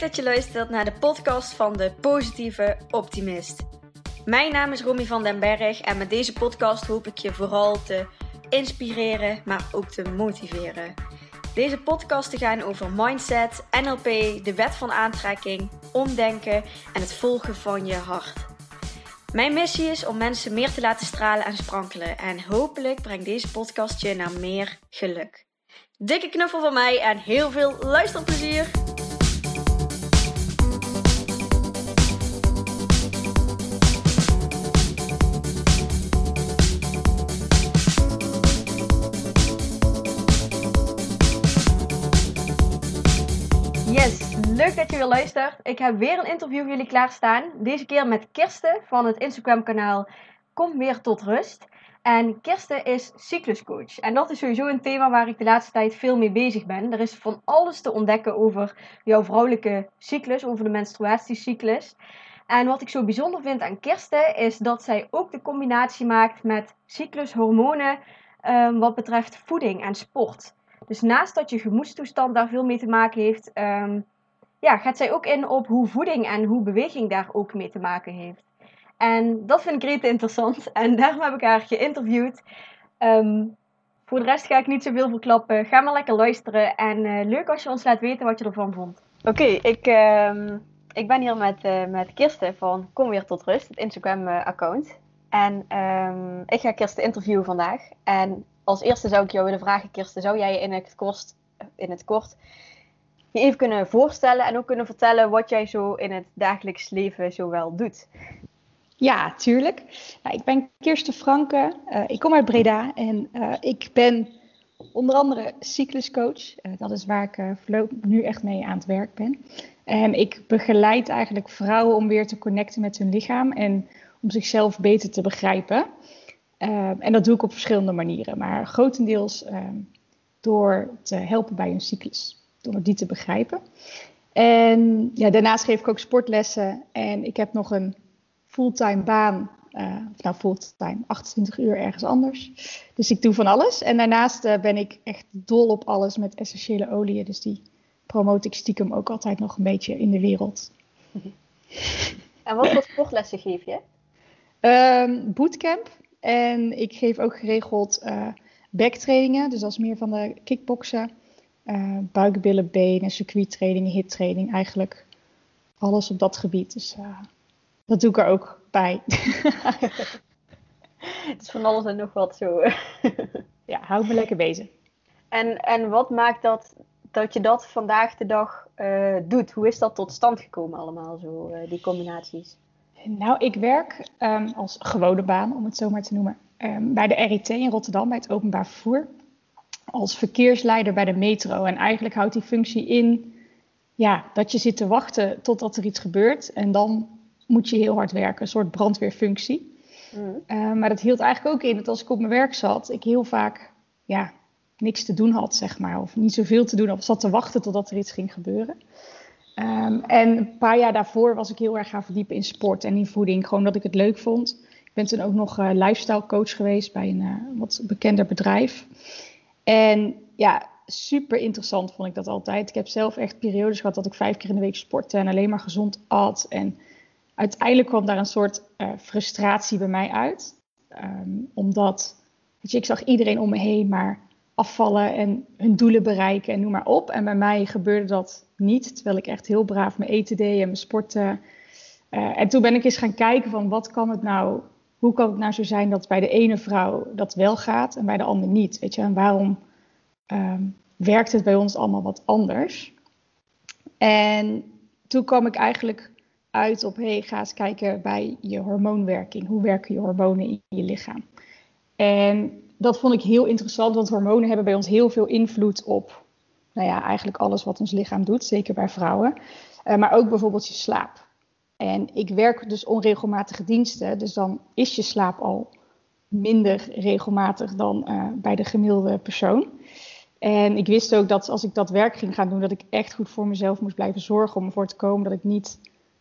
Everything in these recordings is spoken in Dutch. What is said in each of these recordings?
dat je luistert naar de podcast van de Positieve Optimist. Mijn naam is Romy van den Berg en met deze podcast hoop ik je vooral te inspireren, maar ook te motiveren. Deze podcasten gaan over mindset, NLP, de wet van aantrekking, omdenken en het volgen van je hart. Mijn missie is om mensen meer te laten stralen en sprankelen en hopelijk brengt deze podcast je naar meer geluk. Dikke knuffel van mij en heel veel luisterplezier! Yes, leuk dat je weer luistert. Ik heb weer een interview voor jullie klaarstaan. Deze keer met Kirsten van het Instagram kanaal Kom Weer Tot Rust. En Kirsten is cycluscoach. En dat is sowieso een thema waar ik de laatste tijd veel mee bezig ben. Er is van alles te ontdekken over jouw vrouwelijke cyclus, over de menstruatiecyclus. En wat ik zo bijzonder vind aan Kirsten is dat zij ook de combinatie maakt met cyclushormonen wat betreft voeding en sport. Dus naast dat je gemoedstoestand daar veel mee te maken heeft, gaat zij ook in op hoe voeding en hoe beweging daar ook mee te maken heeft. En dat vind ik rete interessant en daarom heb ik haar geïnterviewd. Voor de rest ga ik niet zoveel verklappen. Ga maar lekker luisteren en leuk als je ons laat weten wat je ervan vond. Oké, ik ben hier met Kirsten van Kom Weer Tot Rust, het Instagram account. En ik ga Kirsten interviewen vandaag. En als eerste zou ik jou willen vragen, Kirsten, zou jij je in het kort je even kunnen voorstellen en ook kunnen vertellen wat jij zo in het dagelijks leven zo wel doet? Ja, tuurlijk. Nou, ik ben Kirsten Franke, ik kom uit Breda en ik ben onder andere cycluscoach. Dat is waar ik nu echt mee aan het werk ben. En ik begeleid eigenlijk vrouwen om weer te connecten met hun lichaam en om zichzelf beter te begrijpen. En dat doe ik op verschillende manieren, maar grotendeels door te helpen bij hun cyclus, door die te begrijpen. En ja, daarnaast geef ik ook sportlessen en ik heb nog een fulltime baan, fulltime, 28 uur ergens anders. Dus ik doe van alles. En daarnaast ben ik echt dol op alles met essentiële oliën, dus die promote ik stiekem ook altijd nog een beetje in de wereld. En wat voor sportlessen geef je? Bootcamp. En ik geef ook geregeld backtrainingen. Dus dat is meer van de kickboksen. Buik, billen, benen, circuittraining, hittraining. Eigenlijk alles op dat gebied. Dus dat doe ik er ook bij. Het is van alles en nog wat zo. Ja, hou me lekker bezig. En wat maakt dat je dat vandaag de dag doet? Hoe is dat tot stand gekomen allemaal, zo, die combinaties? Nou, ik werk als gewone baan, om het zo maar te noemen, bij de RIT in Rotterdam, bij het openbaar vervoer. Als verkeersleider bij de metro. En eigenlijk houdt die functie in dat je zit te wachten totdat er iets gebeurt. En dan moet je heel hard werken, een soort brandweerfunctie. Maar dat hield eigenlijk ook in dat als ik op mijn werk zat, ik heel vaak niks te doen had, zeg maar. Of niet zoveel te doen, of zat te wachten totdat er iets ging gebeuren. En een paar jaar daarvoor was ik heel erg gaan verdiepen in sport en in voeding. Gewoon dat ik het leuk vond. Ik ben toen ook nog lifestyle coach geweest bij een wat bekender bedrijf. En ja, super interessant vond ik dat altijd. Ik heb zelf echt periodes gehad dat ik 5 keer in de week sportte en alleen maar gezond at. En uiteindelijk kwam daar een soort frustratie bij mij uit. Omdat, ik zag iedereen om me heen maar afvallen en hun doelen bereiken en noem maar op. En bij mij gebeurde dat niet, terwijl ik echt heel braaf mijn eten deed en mijn sporten. En toen ben ik eens gaan kijken van hoe kan het nou zo zijn dat bij de ene vrouw dat wel gaat en bij de andere niet? Weet je, en waarom werkt het bij ons allemaal wat anders? En toen kwam ik eigenlijk uit op, ga eens kijken bij je hormoonwerking. Hoe werken je hormonen in je lichaam? En dat vond ik heel interessant, want hormonen hebben bij ons heel veel invloed op eigenlijk alles wat ons lichaam doet, zeker bij vrouwen. Maar ook bijvoorbeeld je slaap. En ik werk dus onregelmatige diensten, dus dan is je slaap al minder regelmatig dan bij de gemiddelde persoon. En ik wist ook dat als ik dat werk ging gaan doen, dat ik echt goed voor mezelf moest blijven zorgen om ervoor te komen dat ik niet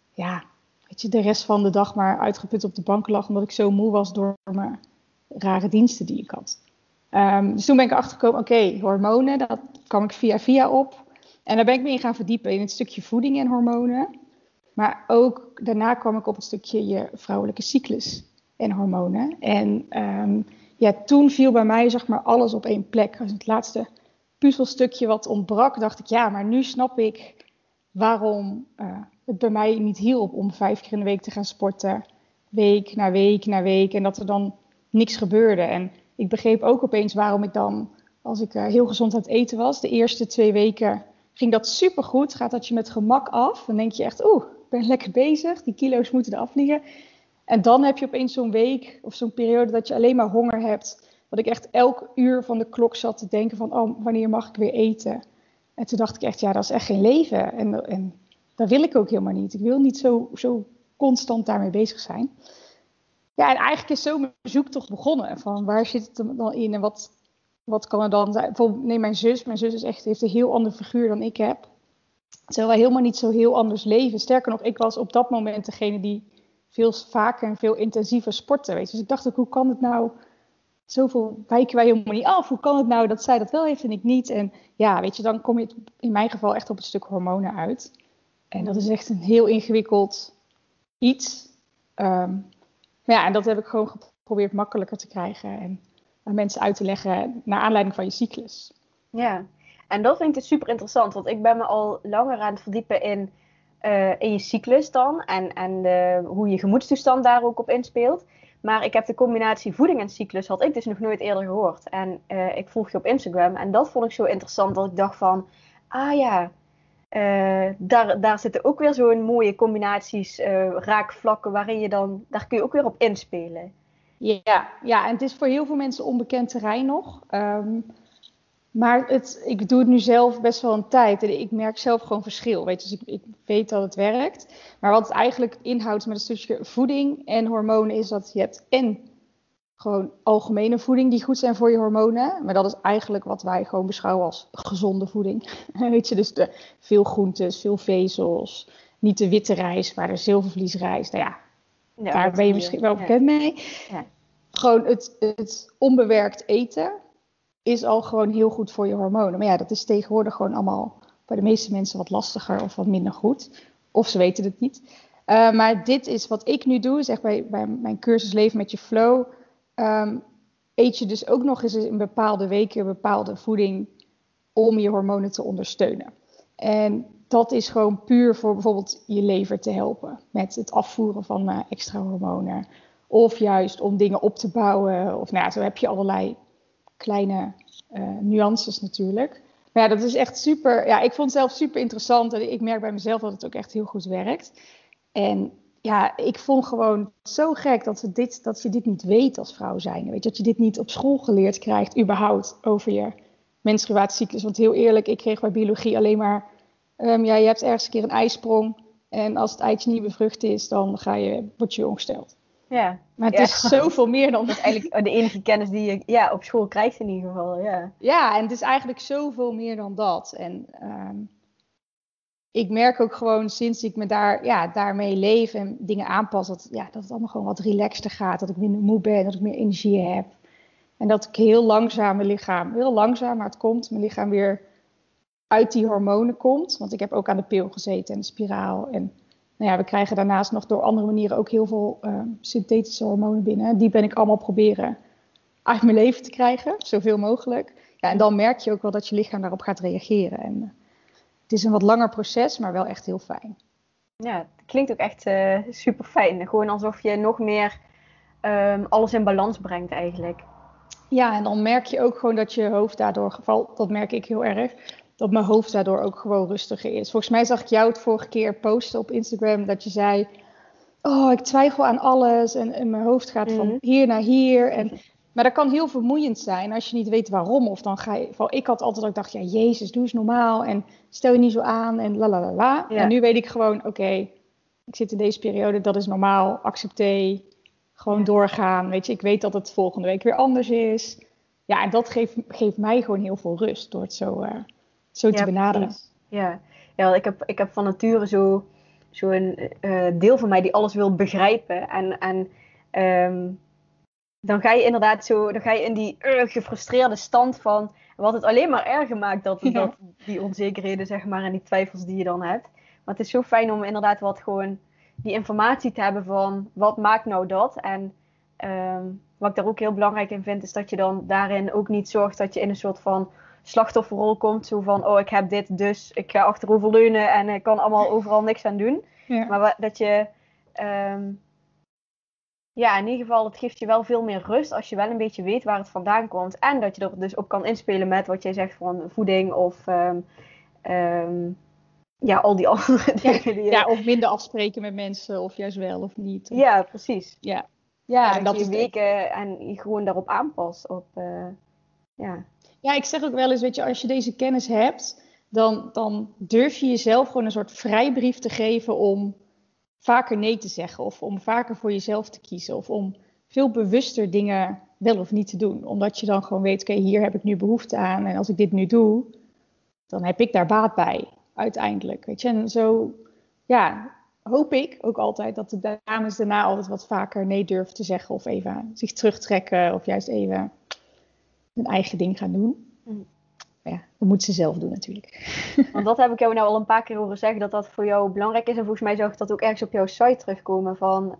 de rest van de dag maar uitgeput op de bank lag, omdat ik zo moe was door mijn rare diensten die ik had. Dus toen ben ik erachter gekomen, hormonen, dat kwam ik via op. En daar ben ik me in gaan verdiepen in het stukje voeding en hormonen. Maar ook daarna kwam ik op het stukje je vrouwelijke cyclus en hormonen. En toen viel bij mij zeg maar alles op één plek. Als het laatste puzzelstukje wat ontbrak, dacht ik, ja, maar nu snap ik waarom het bij mij niet hielp om 5 keer in de week te gaan sporten. Week na week na week. En dat er dan niks gebeurde. En ik begreep ook opeens waarom ik dan, als ik heel gezond aan het eten was, de eerste 2 weken ging dat supergoed. Gaat dat je met gemak af. Dan denk je echt, ik ben lekker bezig. Die kilo's moeten eraf vliegen. En dan heb je opeens zo'n week of zo'n periode dat je alleen maar honger hebt. Dat ik echt elk uur van de klok zat te denken van, wanneer mag ik weer eten? En toen dacht ik echt, ja, dat is echt geen leven. En dat wil ik ook helemaal niet. Ik wil niet zo constant daarmee bezig zijn. Ja, en eigenlijk is zo mijn zoektocht begonnen. Van waar zit het dan in en wat kan er dan zijn? Bijvoorbeeld, neem mijn zus. Mijn zus heeft een heel andere figuur dan ik heb. Terwijl wij helemaal niet zo heel anders leven. Sterker nog, ik was op dat moment degene die veel vaker en veel intensiever sporten. Weet je. Dus ik dacht ook, hoe kan het nou? Zoveel wijken wij helemaal niet af. Hoe kan het nou dat zij dat wel heeft en ik niet? En ja, weet je, dan kom je in mijn geval echt op het stuk hormonen uit. En dat is echt een heel ingewikkeld iets. Maar ja, en dat heb ik gewoon geprobeerd makkelijker te krijgen. En aan mensen uit te leggen naar aanleiding van je cyclus. Ja, en dat vind ik dus super interessant. Want ik ben me al langer aan het verdiepen in je cyclus dan. En hoe je gemoedstoestand daar ook op inspeelt. Maar ik heb de combinatie voeding en cyclus had ik dus nog nooit eerder gehoord. En ik volg je op Instagram. En dat vond ik zo interessant dat ik dacht van... Ah ja, daar zitten ook weer zo'n mooie combinaties, raakvlakken. Waarin je dan... Daar kun je ook weer op inspelen. Ja, en het is voor heel veel mensen onbekend terrein nog. Maar ik doe het nu zelf best wel een tijd. En ik merk zelf gewoon verschil. Weet je, dus ik weet dat het werkt. Maar wat het eigenlijk inhoudt met een stukje voeding en hormonen is dat je hebt en gewoon algemene voeding die goed zijn voor je hormonen. Maar dat is eigenlijk wat wij gewoon beschouwen als gezonde voeding. Weet je, dus veel groentes, veel vezels. Niet de witte rijst, maar de zilvervliesrijst. Nou ja, daar ben je misschien wel bekend mee. Ja. Gewoon het onbewerkt eten is al gewoon heel goed voor je hormonen. Maar ja, dat is tegenwoordig gewoon allemaal bij de meeste mensen wat lastiger of wat minder goed. Of ze weten het niet. Maar dit is wat ik nu doe, zeg bij mijn cursus Leven met je Flow. Eet je dus ook nog eens in bepaalde weken bepaalde voeding om je hormonen te ondersteunen. En dat is gewoon puur voor bijvoorbeeld je lever te helpen met het afvoeren van extra hormonen. Of juist om dingen op te bouwen. Of nou ja, zo heb je allerlei kleine nuances natuurlijk. Maar ja, dat is echt super. Ja, ik vond het zelf super interessant. En ik merk bij mezelf dat het ook echt heel goed werkt. En ja, ik vond gewoon zo gek dat je dit niet weet als vrouw zijn. Weet je, dat je dit niet op school geleerd krijgt, überhaupt, over je menstruatiecyclus. Want heel eerlijk, ik kreeg bij biologie alleen maar... je hebt ergens een keer een ijsprong. En als het eitje niet bevrucht is, dan word je ongesteld. Ja. Maar het is zoveel meer dan... Dat is eigenlijk de enige kennis die je op school krijgt in ieder geval. Ja, en het is eigenlijk zoveel meer dan dat. En ik merk ook gewoon sinds ik me daarmee leef en dingen aanpas... dat het allemaal gewoon wat relaxter gaat. Dat ik minder moe ben, dat ik meer energie heb. En dat ik heel langzaam maar het komt, mijn lichaam weer uit die hormonen komt. Want ik heb ook aan de pil gezeten en de spiraal. En nou ja, we krijgen daarnaast nog door andere manieren ook heel veel synthetische hormonen binnen. Die ben ik allemaal proberen uit mijn leven te krijgen, zoveel mogelijk. Ja, en dan merk je ook wel dat je lichaam daarop gaat reageren. En het is een wat langer proces, maar wel echt heel fijn. Ja, het klinkt ook echt super fijn. Gewoon alsof je nog meer alles in balans brengt eigenlijk. Ja, en dan merk je ook gewoon dat je hoofd daardoor, dat merk ik heel erg, dat mijn hoofd daardoor ook gewoon rustiger is. Volgens mij zag ik jou het vorige keer posten op Instagram dat je zei... ik twijfel aan alles en mijn hoofd gaat van hier naar hier. Maar dat kan heel vermoeiend zijn als je niet weet waarom. Of dan ga je... Ik had altijd dat ik dacht, ja, Jezus, doe eens normaal. En stel je niet zo aan en la. Ja. En nu weet ik gewoon, oké, ik zit in deze periode, dat is normaal. Accepteer, gewoon doorgaan. Weet je, ik weet dat het volgende week weer anders is. Ja, en dat geeft mij gewoon heel veel rust door het zo te benaderen. Precies. Ja, ik heb van nature zo'n deel van mij die alles wil begrijpen. En dan ga je inderdaad dan ga je in die gefrustreerde stand van, wat het alleen maar erger maakt, dat die onzekerheden, zeg maar, en die twijfels die je dan hebt. Maar het is zo fijn om inderdaad gewoon die informatie te hebben van, wat maakt nou dat? En wat ik daar ook heel belangrijk in vind, is dat je dan daarin ook niet zorgt dat je in een soort van slachtofferrol komt. Zo van, oh, ik heb dit, dus ik ga achteroverleunen en ik kan allemaal overal niks aan doen. Ja. Maar dat je... ja, in ieder geval, het geeft je wel veel meer rust als je wel een beetje weet waar het vandaan komt. En dat je er dus op kan inspelen met wat jij zegt van voeding of ja, al die andere dingen die je... Ja, of minder afspreken met mensen, of juist wel of niet. Of... Ja, precies. Ja, Ja, dat je weken en je gewoon daarop aanpast. Ja. Ja, ik zeg ook wel eens, weet je, als je deze kennis hebt, dan durf je jezelf gewoon een soort vrijbrief te geven om vaker nee te zeggen. Of om vaker voor jezelf te kiezen. Of om veel bewuster dingen wel of niet te doen. Omdat je dan gewoon weet, oké, hier heb ik nu behoefte aan. En als ik dit nu doe, dan heb ik daar baat bij, uiteindelijk. Weet je, en zo, ja, hoop ik ook altijd dat de dames daarna altijd wat vaker nee durven te zeggen. Of even zich terugtrekken. Of juist even hun eigen ding gaan doen. Ja, dat moet ze zelf doen natuurlijk. Want dat heb ik jou nou al een paar keer horen zeggen, dat dat voor jou belangrijk is. En volgens mij zag ik dat ook ergens op jouw site terugkomen van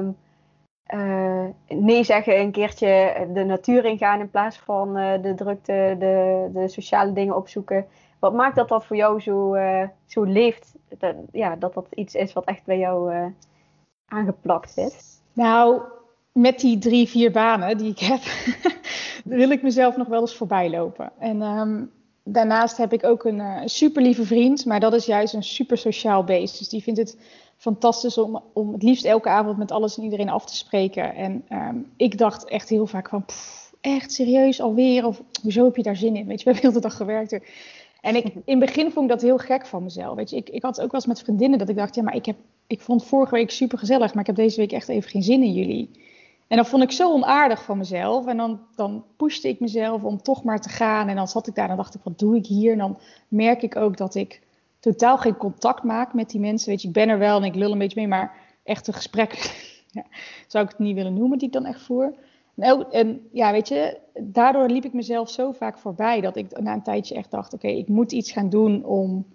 nee zeggen, een keertje de natuur ingaan in plaats van de drukte, de sociale dingen opzoeken. Wat maakt dat voor jou zo leeft? Dat iets is wat echt bij jou aangeplakt is? Nou, met die 3-4 banen die ik heb, wil ik mezelf nog wel eens voorbij lopen. En daarnaast heb ik ook een super lieve vriend, maar dat is juist een super sociaal beest. Dus die vindt het fantastisch om het liefst elke avond met alles en iedereen af te spreken. En ik dacht echt heel vaak van, echt serieus alweer? Of hoezo heb je daar zin in? Weet je, we hebben heel de dag gewerkt. En in het begin vond ik dat heel gek van mezelf. Weet je, ik had ook wel eens met vriendinnen dat ik dacht, ja, maar ik vond vorige week super gezellig, maar ik heb deze week echt even geen zin in jullie. En dat vond ik zo onaardig van mezelf. En dan pushte ik mezelf om toch maar te gaan. En dan zat ik daar en dacht ik, wat doe ik hier? En dan merk ik ook dat ik totaal geen contact maak met die mensen. Weet je, ik ben er wel en ik lul een beetje mee, maar echt een gesprek ja, zou ik het niet willen noemen die ik dan echt voer. En ja, weet je, daardoor liep ik mezelf zo vaak voorbij dat ik na een tijdje echt dacht, oké, ik moet iets gaan doen om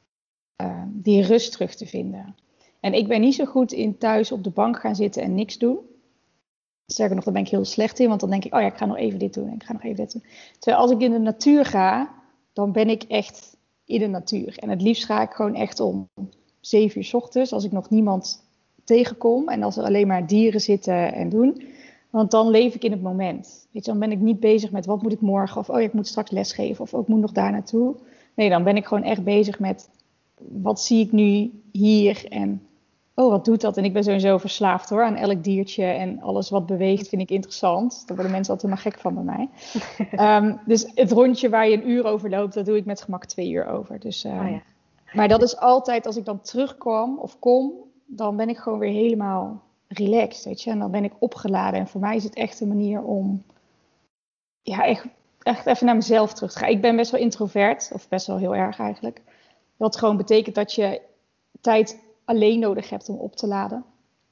die rust terug te vinden. En ik ben niet zo goed in thuis op de bank gaan zitten en niks doen. Sterker nog, daar ben ik heel slecht in, want dan denk ik, oh ja, ik ga nog even dit doen en ik ga nog even dit doen. Terwijl als ik in de natuur ga, dan ben ik echt in de natuur. En het liefst ga ik gewoon echt om 7 uur 's ochtends, als ik nog niemand tegenkom en als er alleen maar dieren zitten en doen. Want dan leef ik in het moment. Weet je, dan ben ik niet bezig met wat moet ik morgen, of oh ja, ik moet straks lesgeven, of ook moet nog daar naartoe. Nee, dan ben ik gewoon echt bezig met wat zie ik nu hier en oh, wat doet dat? En ik ben sowieso verslaafd hoor aan elk diertje en alles wat beweegt vind ik interessant. Daar worden mensen altijd maar gek van bij mij. Dus het rondje waar je 1 uur over loopt, dat doe ik met gemak 2 uur over. Dus, Ja. Maar dat is altijd, als ik dan terugkwam of kom, dan ben ik gewoon weer helemaal relaxed, weet je. En dan ben ik opgeladen. En voor mij is het echt een manier om ja, echt even naar mezelf terug te gaan. Ik ben best wel introvert, of best wel heel erg eigenlijk. Wat gewoon betekent dat je tijd alleen nodig hebt om op te laden.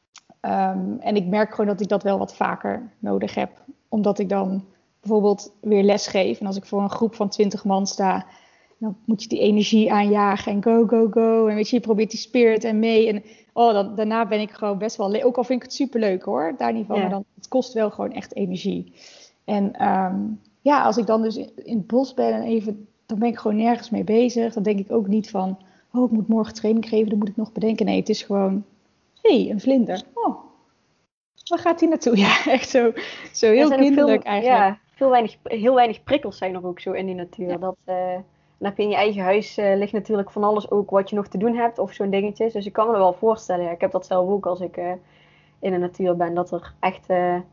En ik merk gewoon dat ik dat wel wat vaker nodig heb. Omdat ik dan bijvoorbeeld weer les geef. En als ik voor een groep van 20 man sta, dan moet je die energie aanjagen en go, go, go. En weet je probeert die spirit en mee. En daarna ben ik gewoon best wel... Ook al vind ik het superleuk hoor, daar niet van. Ja. Maar dan, het kost wel gewoon echt energie. En als ik dan dus in het bos ben en even... Dan ben ik gewoon nergens mee bezig. Dan denk ik ook niet van... Oh, ik moet morgen training geven, dat moet ik nog bedenken. Nee, het is gewoon... een vlinder. Oh, waar gaat hij naartoe? Ja, echt zo heel kinderlijk eigenlijk. Ja, heel weinig prikkels zijn er ook zo in die natuur. Ja. Dan heb je in je eigen huis ligt natuurlijk van alles ook wat je nog te doen hebt of zo'n dingetjes. Dus ik kan me er wel voorstellen. Ja, ik heb dat zelf ook als ik in de natuur ben. Dat er echt...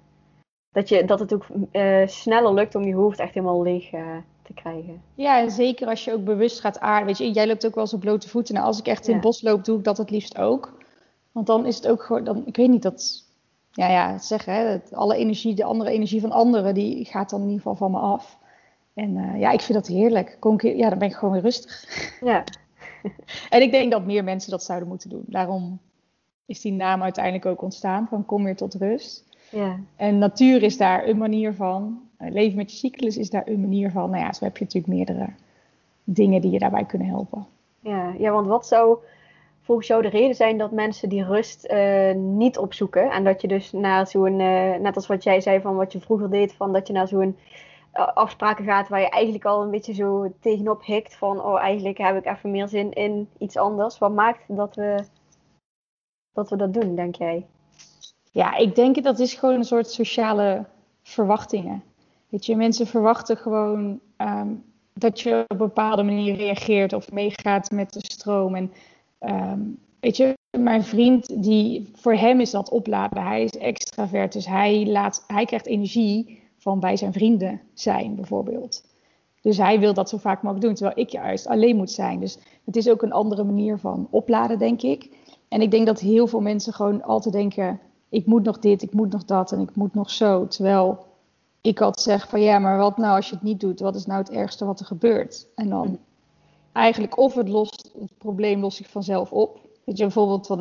dat het ook sneller lukt om je hoofd echt helemaal leeg te krijgen. Ja, en zeker als je ook bewust gaat aarden. Weet je, jij loopt ook wel eens op blote voeten. Nou, als ik echt in het bos loop, doe ik dat het liefst ook. Want dan is het ook gewoon... Ik weet niet dat... zeggen, hè, alle energie, de andere energie van anderen, die gaat dan in ieder geval van me af. En ik vind dat heerlijk. Dan ben ik gewoon weer rustig. Ja. En ik denk dat meer mensen dat zouden moeten doen. Daarom is die naam uiteindelijk ook ontstaan, van kom weer tot rust. Ja. En natuur is daar een manier van. Leven met je cyclus is daar een manier van. Nou ja, zo heb je natuurlijk meerdere dingen die je daarbij kunnen helpen. Ja, want wat zou volgens jou de reden zijn dat mensen die rust niet opzoeken? En dat je dus naar zo'n, net als wat jij zei van wat je vroeger deed, van dat je naar zo'n afspraken gaat waar je eigenlijk al een beetje zo tegenop hikt van, oh, eigenlijk heb ik even meer zin in iets anders. Wat maakt dat we dat doen, denk jij? Ja, ik denk dat is gewoon een soort sociale verwachtingen. Weet je, mensen verwachten gewoon dat je op een bepaalde manier reageert of meegaat met de stroom. En weet je, mijn vriend, voor hem is dat opladen. Hij is extravert, dus hij krijgt energie van bij zijn vrienden zijn, bijvoorbeeld. Dus hij wil dat zo vaak mogelijk doen, terwijl ik juist alleen moet zijn. Dus het is ook een andere manier van opladen, denk ik. En ik denk dat heel veel mensen gewoon altijd denken, ik moet nog dit, ik moet nog dat en ik moet nog zo. Terwijl ik altijd zeg van ja, maar wat nou als je het niet doet? Wat is nou het ergste wat er gebeurt? En dan eigenlijk of het probleem lost zich vanzelf op. Weet je, bijvoorbeeld van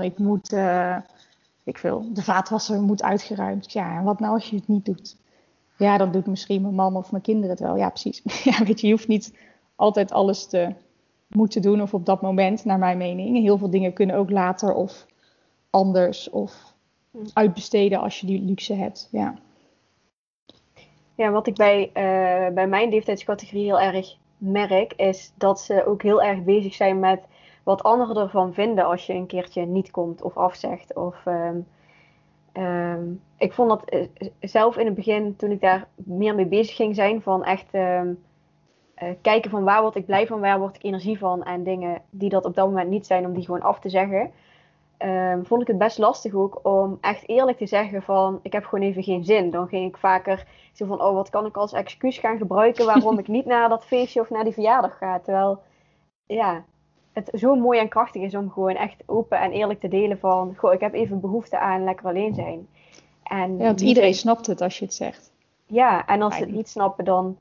de vaatwasser moet uitgeruimd. Ja, en wat nou als je het niet doet? Ja, dan doet misschien mijn man of mijn kinderen het wel. Ja, precies. Ja, weet je hoeft niet altijd alles te moeten doen of op dat moment, naar mijn mening. Heel veel dingen kunnen ook later of anders of uitbesteden als je die luxe hebt. Ja. Ja, wat ik bij mijn leeftijdscategorie heel erg merk, is dat ze ook heel erg bezig zijn met wat anderen ervan vinden als je een keertje niet komt of afzegt. Ik vond dat zelf in het begin, toen ik daar meer mee bezig ging zijn, van echt kijken van waar word ik blij van, waar word ik energie van en dingen die dat op dat moment niet zijn, om die gewoon af te zeggen. Vond ik het best lastig ook om echt eerlijk te zeggen van ik heb gewoon even geen zin. Dan ging ik vaker zo van oh, wat kan ik als excuus gaan gebruiken waarom ik niet naar dat feestje of naar die verjaardag ga. Terwijl ja, het zo mooi en krachtig is om gewoon echt open en eerlijk te delen van goh, ik heb even behoefte aan lekker alleen zijn. En Ja, want iedereen snapt het als je het zegt. ja, en als ze het niet snappen dan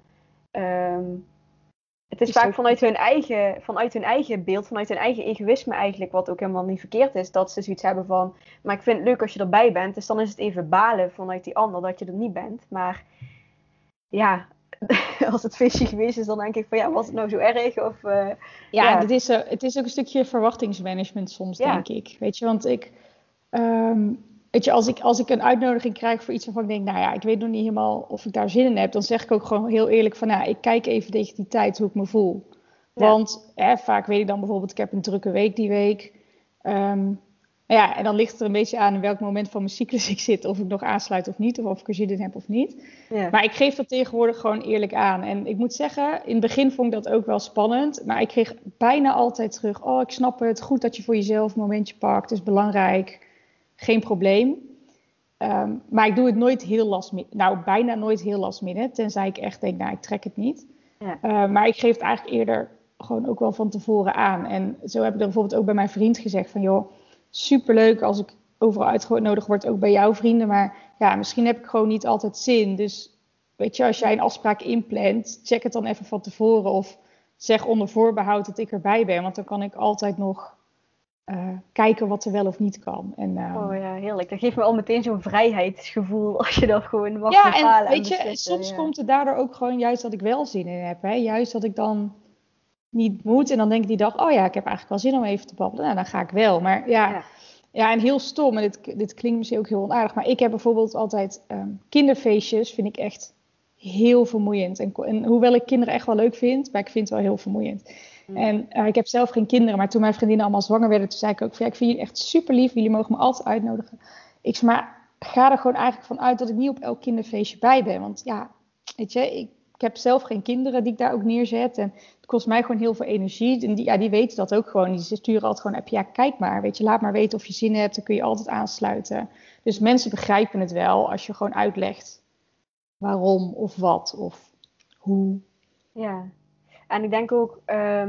het is vaak vanuit hun eigen beeld, vanuit hun eigen egoïsme eigenlijk, wat ook helemaal niet verkeerd is, dat ze zoiets hebben van, maar ik vind het leuk als je erbij bent, dus dan is het even balen vanuit die ander dat je er niet bent. Maar ja, als het feestje geweest is, dan denk ik van ja, was het nou zo erg? Of, ja. Het is ook een stukje verwachtingsmanagement soms, denk ik. Weet je, want weet je, als ik een uitnodiging krijg voor iets waarvan ik denk, nou ja, ik weet nog niet helemaal of ik daar zin in heb, dan zeg ik ook gewoon heel eerlijk van, nou, ik kijk even tegen die tijd hoe ik me voel. Ja. Want vaak weet ik dan bijvoorbeeld, ik heb een drukke week die week. Ja, en dan ligt het er een beetje aan in welk moment van mijn cyclus ik zit, of ik nog aansluit of niet, of ik er zin in heb of niet. Ja. Maar ik geef dat tegenwoordig gewoon eerlijk aan. En ik moet zeggen, in het begin vond ik dat ook wel spannend, maar ik kreeg bijna altijd terug, oh, ik snap het, goed dat je voor jezelf een momentje pakt, het is belangrijk. Geen probleem. Maar ik doe het nooit heel bijna nooit heel last minute. Tenzij ik echt denk, nou, ik trek het niet. Ja. Maar ik geef het eigenlijk eerder gewoon ook wel van tevoren aan. En zo heb ik er bijvoorbeeld ook bij mijn vriend gezegd van, joh, superleuk als ik overal uitgenodigd word, ook bij jouw vrienden. Maar ja, misschien heb ik gewoon niet altijd zin. Dus weet je, als jij een afspraak inplant, check het dan even van tevoren. Of zeg onder voorbehoud dat ik erbij ben. Want dan kan ik altijd nog kijken wat er wel of niet kan. En, oh ja, heerlijk. Dat geeft me al meteen zo'n vrijheidsgevoel als je dat gewoon mag bepalen. Ja, en weet je, soms komt het daardoor ook gewoon juist dat ik wel zin in heb. Hè? Juist dat ik dan niet moet. En dan denk ik die dag, oh ja, ik heb eigenlijk wel zin om even te babbelen. Nou, dan ga ik wel. Maar ja en heel stom. En dit klinkt misschien ook heel onaardig. Maar ik heb bijvoorbeeld altijd kinderfeestjes, vind ik echt heel vermoeiend. En hoewel ik kinderen echt wel leuk vind, maar ik vind het wel heel vermoeiend. En ik heb zelf geen kinderen, maar toen mijn vriendinnen allemaal zwanger werden, toen zei ik ook van ja, ik vind jullie echt super lief, jullie mogen me altijd uitnodigen. Ik zei, maar ga er gewoon eigenlijk van uit dat ik niet op elk kinderfeestje bij ben. Want ja, weet je, ik heb zelf geen kinderen die ik daar ook neerzet. En het kost mij gewoon heel veel energie. En die weten dat ook gewoon. Die sturen altijd gewoon op, ja, kijk maar, weet je, laat maar weten of je zin hebt, dan kun je altijd aansluiten. Dus mensen begrijpen het wel als je gewoon uitlegt waarom of wat of hoe. Ja. En ik denk ook,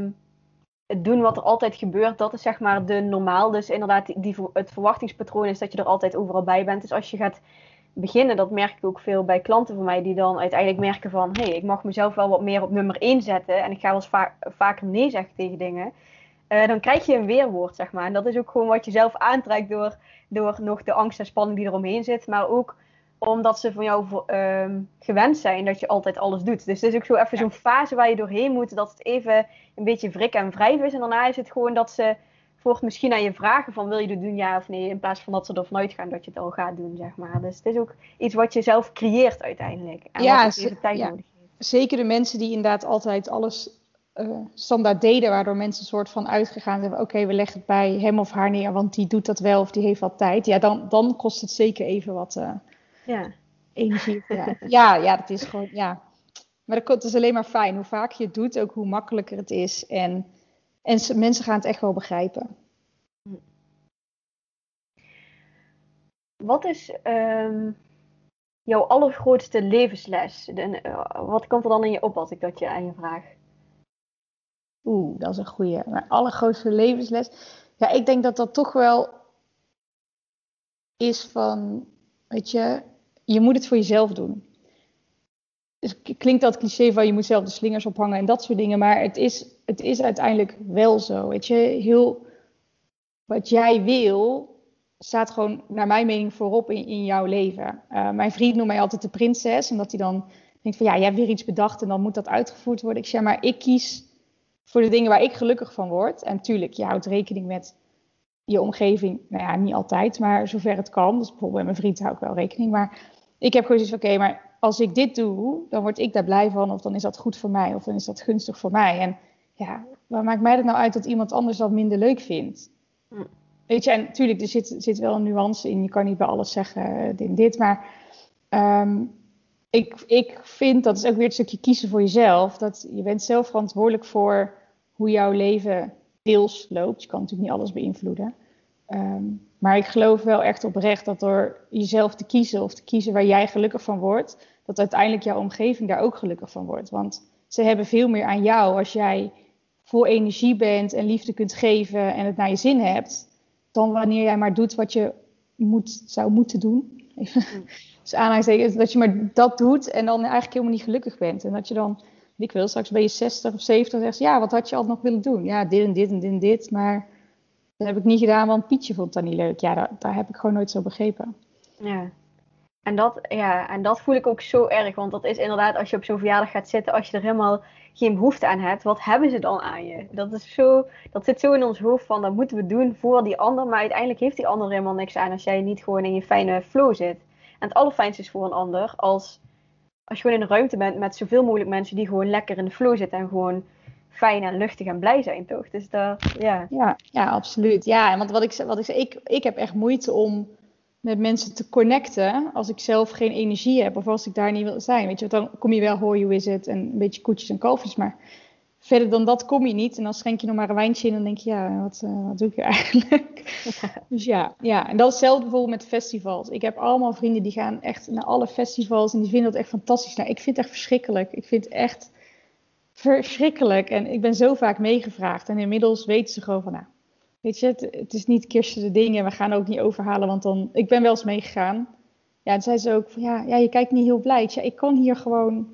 het doen wat er altijd gebeurt, dat is zeg maar de normaal. Dus inderdaad, het verwachtingspatroon is dat je er altijd overal bij bent. Dus als je gaat beginnen, dat merk ik ook veel bij klanten van mij, die dan uiteindelijk merken van, hé, ik mag mezelf wel wat meer op nummer 1 zetten. En ik ga wel eens vaker nee zeggen tegen dingen. Dan krijg je een weerwoord, zeg maar. En dat is ook gewoon wat je zelf aantrekt door nog de angst en spanning die eromheen zit. Maar ook omdat ze van jou gewend zijn dat je altijd alles doet. Dus het is ook zo even zo'n fase waar je doorheen moet, dat het even een beetje wrikken en wrijven is. En daarna is het gewoon dat ze misschien aan je vragen van wil je dit doen, ja of nee, in plaats van dat ze ervan uitgaan dat je het al gaat doen, zeg maar. Dus het is ook iets wat je zelf creëert uiteindelijk. En wat ook even tijd nodig heeft. Zeker de mensen die inderdaad altijd alles standaard deden, waardoor mensen een soort van uitgegaan hebben, oké, we leggen het bij hem of haar neer, want die doet dat wel of die heeft wat tijd. Ja, dan kost het zeker even wat energie. Ja, dat is gewoon, ja. Maar het is alleen maar fijn. Hoe vaker je het doet, ook hoe makkelijker het is. En mensen gaan het echt wel begrijpen. Wat is jouw allergrootste levensles? Wat komt er dan in je op als ik dat je aan je vraag? Dat is een goeie. Mijn allergrootste levensles? Ja, ik denk dat dat toch wel is van, weet je moet het voor jezelf doen. Dus het klinkt dat cliché van je moet zelf de slingers ophangen en dat soort dingen. Maar het is uiteindelijk wel zo. Weet je, heel wat jij wil, staat gewoon naar mijn mening voorop in jouw leven. Mijn vriend noemt mij altijd de prinses. Omdat hij dan denkt van ja, jij hebt weer iets bedacht en dan moet dat uitgevoerd worden. Ik zeg maar, ik kies voor de dingen waar ik gelukkig van word. En tuurlijk, je houdt rekening met je omgeving. Nou ja, niet altijd, maar zover het kan. Dus bijvoorbeeld met mijn vriend hou ik wel rekening. Maar ik heb gewoon zoiets van oké, maar als ik dit doe, dan word ik daar blij van. Of dan is dat goed voor mij. Of dan is dat gunstig voor mij. En ja, waar maakt mij dat nou uit dat iemand anders dat minder leuk vindt? Weet je, en natuurlijk, er zit wel een nuance in. Je kan niet bij alles zeggen dit. Maar ik vind, dat is ook weer een stukje kiezen voor jezelf. Dat je bent zelf verantwoordelijk voor hoe jouw leven deels loopt. Je kan natuurlijk niet alles beïnvloeden. Maar ik geloof wel echt oprecht dat door jezelf te kiezen of te kiezen waar jij gelukkig van wordt, dat uiteindelijk jouw omgeving daar ook gelukkig van wordt. Want ze hebben veel meer aan jou als jij vol energie bent en liefde kunt geven en het naar je zin hebt, dan wanneer jij maar doet wat je zou moeten doen. Dus aanhalingstekens, dat je maar dat doet en dan eigenlijk helemaal niet gelukkig bent. En dat je dan, ik wil, straks ben je 60 of 70 en zegt, ja, wat had je al nog willen doen? Ja, dit en dit en dit en dit, maar dat heb ik niet gedaan, want Pietje vond dat niet leuk. Ja, daar heb ik gewoon nooit zo begrepen. Ja. En dat voel ik ook zo erg, want dat is inderdaad als je op zo'n verjaardag gaat zitten, als je er helemaal geen behoefte aan hebt, wat hebben ze dan aan je? Dat zit zo in ons hoofd van, dat moeten we doen voor die ander, maar uiteindelijk heeft die ander helemaal niks aan als jij niet gewoon in je fijne flow zit. En het allerfijnste is voor een ander als je gewoon in een ruimte bent met zoveel mogelijk mensen die gewoon lekker in de flow zitten en gewoon fijn en luchtig en blij zijn, toch? Dus Ja, absoluut. Ja, en want wat ik zei, ik heb echt moeite om met mensen te connecten als ik zelf geen energie heb of als ik daar niet wil zijn. Weet je, dan kom je wel, hoor je is het en een beetje koetjes en kalfjes, maar verder dan dat kom je niet. En dan schenk je nog maar een wijntje in en dan denk je, ja, wat doe ik hier eigenlijk? Dus ja, en dat is hetzelfde bijvoorbeeld met festivals. Ik heb allemaal vrienden die gaan echt naar alle festivals en die vinden dat echt fantastisch. Nou, ik vind het echt verschrikkelijk. Ik vind het echt verschrikkelijk. En ik ben zo vaak meegevraagd en inmiddels weten ze gewoon van, nou, weet je, het is niet Kirsten de dingen. We gaan ook niet overhalen, want dan, ik ben wel eens meegegaan. Ja, en zei ze ook van, ja, je kijkt niet heel blij. Ja, ik kan hier gewoon,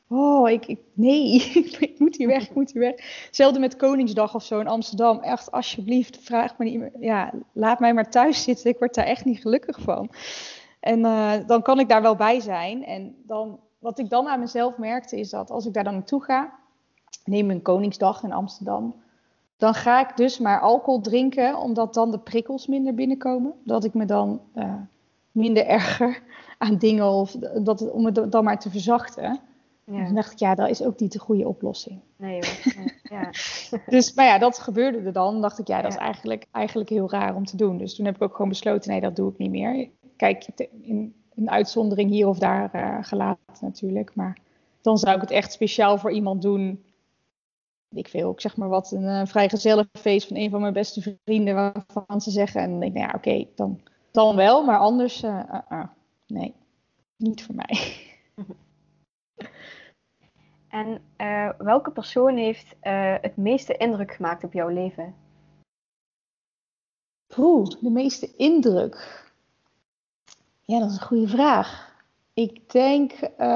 nee, ik moet hier weg, Hetzelfde met Koningsdag of zo in Amsterdam. Echt, alsjeblieft, vraag me niet meer. Ja, laat mij maar thuis zitten. Ik word daar echt niet gelukkig van. En dan kan ik daar wel bij zijn. En dan, wat ik dan aan mezelf merkte, is dat als ik daar dan naartoe ga, neem een Koningsdag in Amsterdam, dan ga ik dus maar alcohol drinken, omdat dan de prikkels minder binnenkomen. Dat ik me dan minder erger aan dingen of om het dan maar te verzachten. Ja. Dan dacht ik, ja, dat is ook niet de goede oplossing. Nee hoor. Ja. Dus, maar ja, dat gebeurde er dan. Dan dacht ik, ja, dat is eigenlijk heel raar om te doen. Dus toen heb ik ook gewoon besloten, nee, dat doe ik niet meer. Kijk, in een uitzondering hier of daar gelaten natuurlijk. Maar dan zou ik het echt speciaal voor iemand doen. Ik zeg maar wat, een vrijgezellenfeest van een van mijn beste vrienden, waarvan ze zeggen. En dan denk ik, nou ja, oké, dan wel. Maar anders, nee, niet voor mij. En welke persoon heeft het meeste indruk gemaakt op jouw leven? De meeste indruk? Ja, dat is een goede vraag. Ik denk,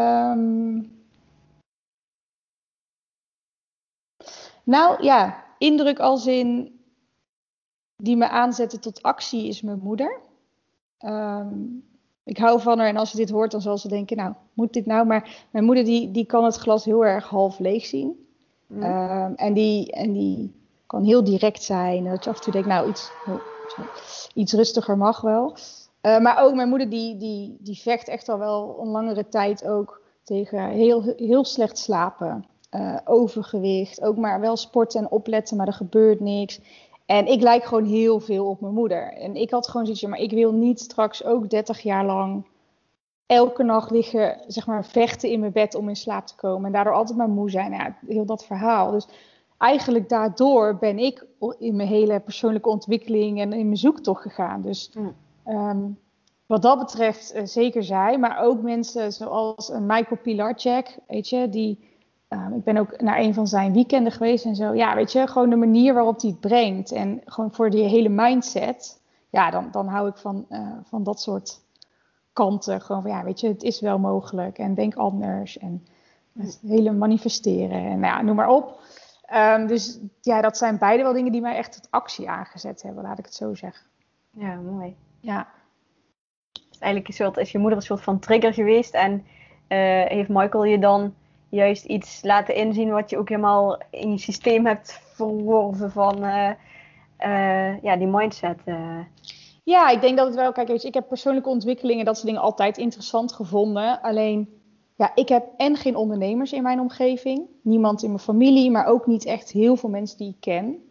nou ja, indruk als in die me aanzetten tot actie is mijn moeder. Ik hou van haar en als ze dit hoort, dan zal ze denken, nou, moet dit nou? Maar mijn moeder die kan het glas heel erg half leeg zien. En die kan heel direct zijn. Dat je af en toe denkt, nou, iets rustiger mag wel. Maar ook mijn moeder die vecht echt al wel een langere tijd ook tegen heel slecht slapen. Overgewicht, ook maar wel sporten en opletten, maar er gebeurt niks. En ik lijk gewoon heel veel op mijn moeder. En ik had gewoon zoiets, maar ik wil niet straks ook 30 jaar lang elke nacht liggen, zeg maar, vechten in mijn bed om in slaap te komen. En daardoor altijd maar moe zijn. Ja, heel dat verhaal. Dus eigenlijk daardoor ben ik in mijn hele persoonlijke ontwikkeling en in mijn zoektocht gegaan. Dus wat dat betreft zeker zij. Maar ook mensen zoals Michael Pilarczyk, weet je, ik ben ook naar een van zijn weekenden geweest en zo. Ja, weet je, gewoon de manier waarop hij het brengt. En gewoon voor die hele mindset. Ja, dan hou ik van dat soort kanten. Gewoon van, ja, weet je, het is wel mogelijk. En denk anders. En het hele manifesteren. En nou ja, noem maar op. Dus ja, dat zijn beide wel dingen die mij echt tot actie aangezet hebben. Laat ik het zo zeggen. Ja, mooi. Ja. Dus eigenlijk is je moeder een soort van trigger geweest. En heeft Michael je dan juist iets laten inzien wat je ook helemaal in je systeem hebt verworven van die mindset. Ja, ik denk dat het wel, kijk, weet je, ik heb persoonlijke ontwikkelingen, dat soort dingen altijd interessant gevonden. Alleen, ja, ik heb geen ondernemers in mijn omgeving. Niemand in mijn familie, maar ook niet echt heel veel mensen die ik ken.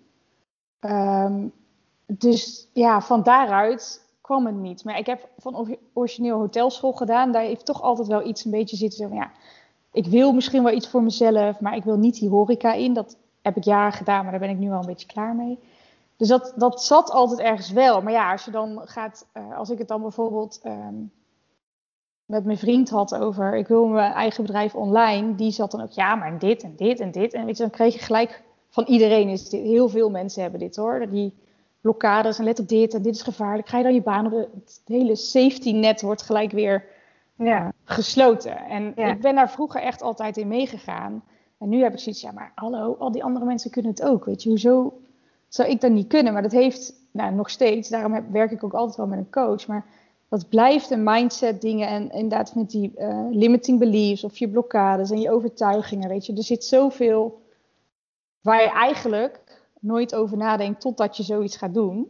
Dus ja, van daaruit kwam het niet. Maar ik heb van origineel hotelschool gedaan. Daar heeft toch altijd wel iets een beetje zitten van, ja, ik wil misschien wel iets voor mezelf, maar ik wil niet die horeca in. Dat heb ik jaren gedaan, maar daar ben ik nu wel een beetje klaar mee. Dus dat zat altijd ergens wel. Maar ja, als je dan gaat, als ik het dan bijvoorbeeld met mijn vriend had over, ik wil mijn eigen bedrijf online. Die zat dan ook, ja, maar dit en dit en dit. En weet je, dan kreeg je gelijk van iedereen, heel veel mensen hebben dit hoor. Die blokkades en let op dit en dit is gevaarlijk. Ga je dan je baan op, het hele safety net wordt gelijk weer gesloten. En ik ben daar vroeger echt altijd in meegegaan. En nu heb ik zoiets, ja, maar hallo, al die andere mensen kunnen het ook. Weet je, hoezo zou ik dat niet kunnen? Maar dat heeft, nog steeds, daarom werk ik ook altijd wel met een coach. Maar dat blijft een mindset dingen en inderdaad met die limiting beliefs of je blokkades en je overtuigingen, weet je. Er zit zoveel waar je eigenlijk nooit over nadenkt totdat je zoiets gaat doen.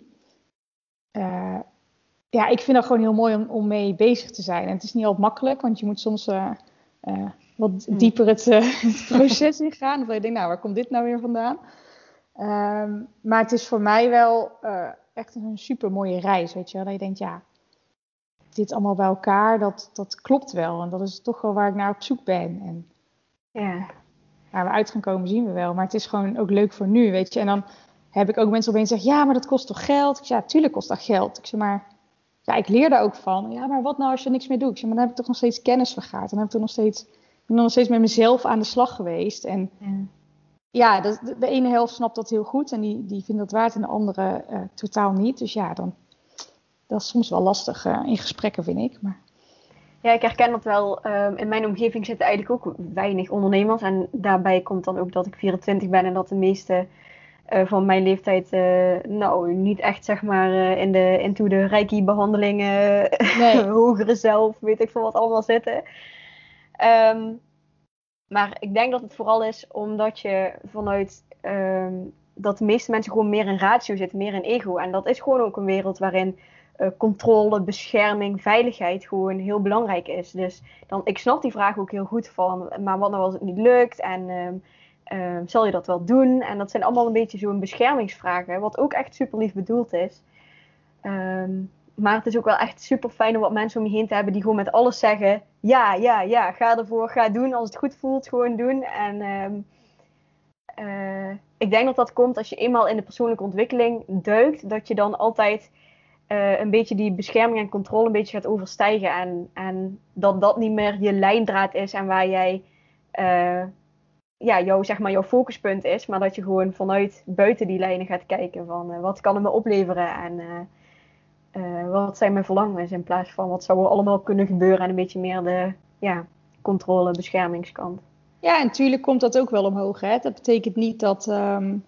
Ik vind dat gewoon heel mooi om mee bezig te zijn. En het is niet altijd makkelijk, want je moet soms wat dieper het proces ingaan. Of je denkt, nou, waar komt dit nou weer vandaan? Maar het is voor mij wel echt een super mooie reis, weet je wel. Dat je denkt, ja, dit allemaal bij elkaar, dat klopt wel. En dat is toch wel waar ik naar op zoek ben. En waar we uit gaan komen zien we wel. Maar het is gewoon ook leuk voor nu, weet je. En dan heb ik ook mensen opeens zeggen, ja, maar dat kost toch geld? Ik zeg, ja, tuurlijk kost dat geld. Ik zeg, maar ja, ik leer daar ook van. Ja, maar wat nou als je niks meer doet? Ik zeg, maar dan heb ik toch nog steeds kennis vergaard. Dan heb ik toch nog steeds met mezelf aan de slag geweest. En ja, de ene helft snapt dat heel goed en die vindt dat waard en de andere totaal niet. Dus ja, dat is soms wel lastig in gesprekken, vind ik. Maar ja, ik herken dat wel. In mijn omgeving zitten eigenlijk ook weinig ondernemers. En daarbij komt dan ook dat ik 24 ben en dat de meeste van mijn leeftijd niet echt zeg maar into de reiki-behandelingen, hogere zelf, weet ik veel wat allemaal zitten. Maar ik denk dat het vooral is omdat je vanuit dat de meeste mensen gewoon meer in ratio zitten, meer in ego. En dat is gewoon ook een wereld waarin controle, bescherming, veiligheid gewoon heel belangrijk is. Dus ik snap die vraag ook heel goed van, maar wat nou als het niet lukt en zal je dat wel doen? En dat zijn allemaal een beetje zo'n beschermingsvragen, wat ook echt super lief bedoeld is. Maar het is ook wel echt super fijn om wat mensen om je heen te hebben die gewoon met alles zeggen, ja, ga ervoor, ga doen. Als het goed voelt, gewoon doen. En ik denk dat dat komt als je eenmaal in de persoonlijke ontwikkeling duikt, dat je dan altijd een beetje die bescherming en controle een beetje gaat overstijgen. En dat niet meer je lijndraad is en waar jij jouw focuspunt is. Maar dat je gewoon vanuit buiten die lijnen gaat kijken van wat kan het me opleveren en wat zijn mijn verlangens in plaats van wat zou er allemaal kunnen gebeuren en een beetje meer de controle, beschermingskant. Ja, en natuurlijk komt dat ook wel omhoog. Hè? Dat betekent niet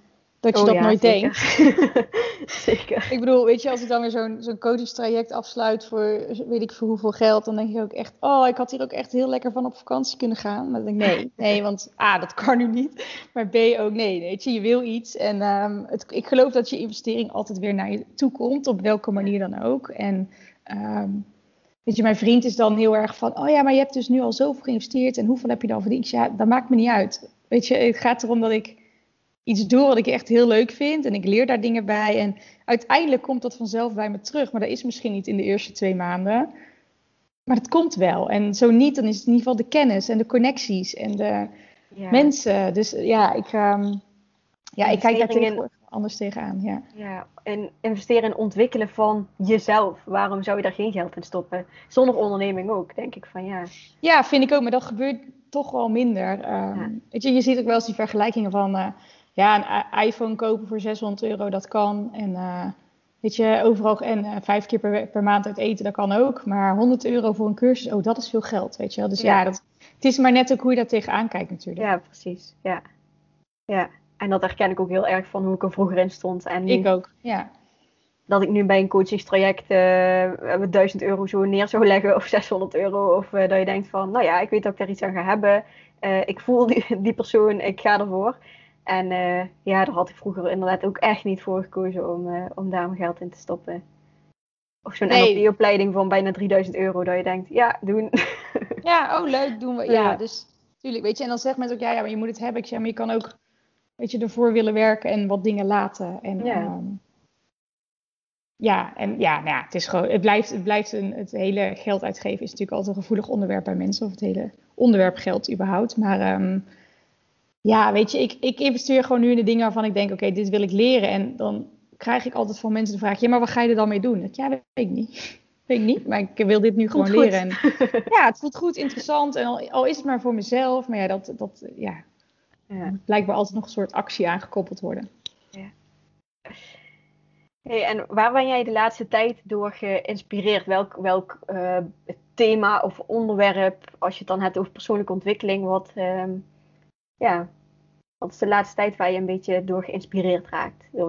dat je Oh dat ja, nooit zeker. denkt. Zeker. Ik bedoel, weet je, als ik dan weer zo'n coachingstraject afsluit voor weet ik voor hoeveel geld, dan denk je ook echt, oh, ik had hier ook echt heel lekker van op vakantie kunnen gaan. Maar dan denk ik, nee, want A, dat kan nu niet. Maar B, ook nee, weet je wil iets. En ik geloof dat je investering altijd weer naar je toe komt, op welke manier dan ook. En weet je, mijn vriend is dan heel erg van, oh ja, maar je hebt dus nu al zoveel geïnvesteerd en hoeveel heb je dan verdiend? Ja, dat maakt me niet uit. Weet je, het gaat erom dat ik iets doe wat ik echt heel leuk vind en ik leer daar dingen bij en uiteindelijk komt dat vanzelf bij me terug, maar dat is misschien niet in de eerste 2 maanden, maar het komt wel en zo niet, dan is het in ieder geval de kennis en de connecties en de mensen, dus ik kijk daar tegenwoordig anders tegenaan, ja. Ja, en investeren in ontwikkelen van jezelf. Waarom zou je daar geen geld in stoppen? Zonder onderneming ook, denk ik van ja. Ja, vind ik ook, maar dat gebeurt toch wel minder. Weet je ziet ook wel eens die vergelijkingen van een iPhone kopen voor €600, dat kan. En weet je, overal en 5 keer per maand uit eten, dat kan ook. Maar €100 voor een cursus, oh, dat is veel geld, weet je wel. Dus het is maar net ook hoe je daar tegenaan kijkt natuurlijk. Ja, precies. Ja. Ja. En dat herken ik ook heel erg van hoe ik er vroeger in stond. En nu, Ik ook, ja. dat ik nu bij een coachingstraject €1000 zo neer zou leggen of €600. Of dat je denkt van, nou ja, ik weet dat ik daar iets aan ga hebben. Ik voel die persoon, ik ga ervoor. En daar had ik vroeger inderdaad ook echt niet voor gekozen om daar mijn geld in te stoppen. Of zo'n NLP-opleiding van bijna €3000, dat je denkt, ja, doen. Ja, oh leuk, doen we. Ja, dus natuurlijk, weet je. En dan zegt mensen ook, ja, maar je moet het hebben. Ik zeg, maar je kan ook, weet je, ervoor willen werken en wat dingen laten. En het is gewoon, het blijft het hele geld uitgeven is natuurlijk altijd een gevoelig onderwerp bij mensen. Of het hele onderwerp geld überhaupt. Maar weet je, ik investeer gewoon nu in de dingen waarvan ik denk, oké, dit wil ik leren. En dan krijg ik altijd van mensen de vraag, ja, maar wat ga je er dan mee doen? Ja, dat weet ik niet. Weet ik niet, maar ik wil dit nu gewoon leren. En, ja, het voelt goed, interessant. En al is het maar voor mezelf. Maar ja, blijkbaar altijd nog een soort actie aangekoppeld worden. Ja. Hey, en waar ben jij de laatste tijd door geïnspireerd? Welk thema of onderwerp, als je het dan hebt over persoonlijke ontwikkeling, wat is de laatste tijd waar je een beetje door geïnspireerd raakt? Door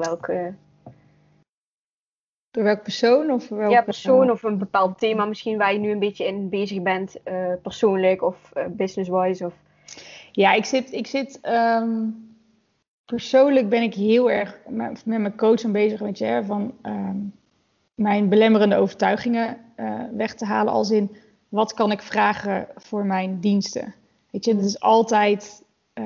welk persoon? Of persoon of een bepaald thema misschien waar je nu een beetje in bezig bent, persoonlijk of business-wise? Of... Ja, ik zit persoonlijk ben ik heel erg met mijn coach aan bezig, weet je, van mijn belemmerende overtuigingen weg te halen. Als in, wat kan ik vragen voor mijn diensten? Weet je, dat is altijd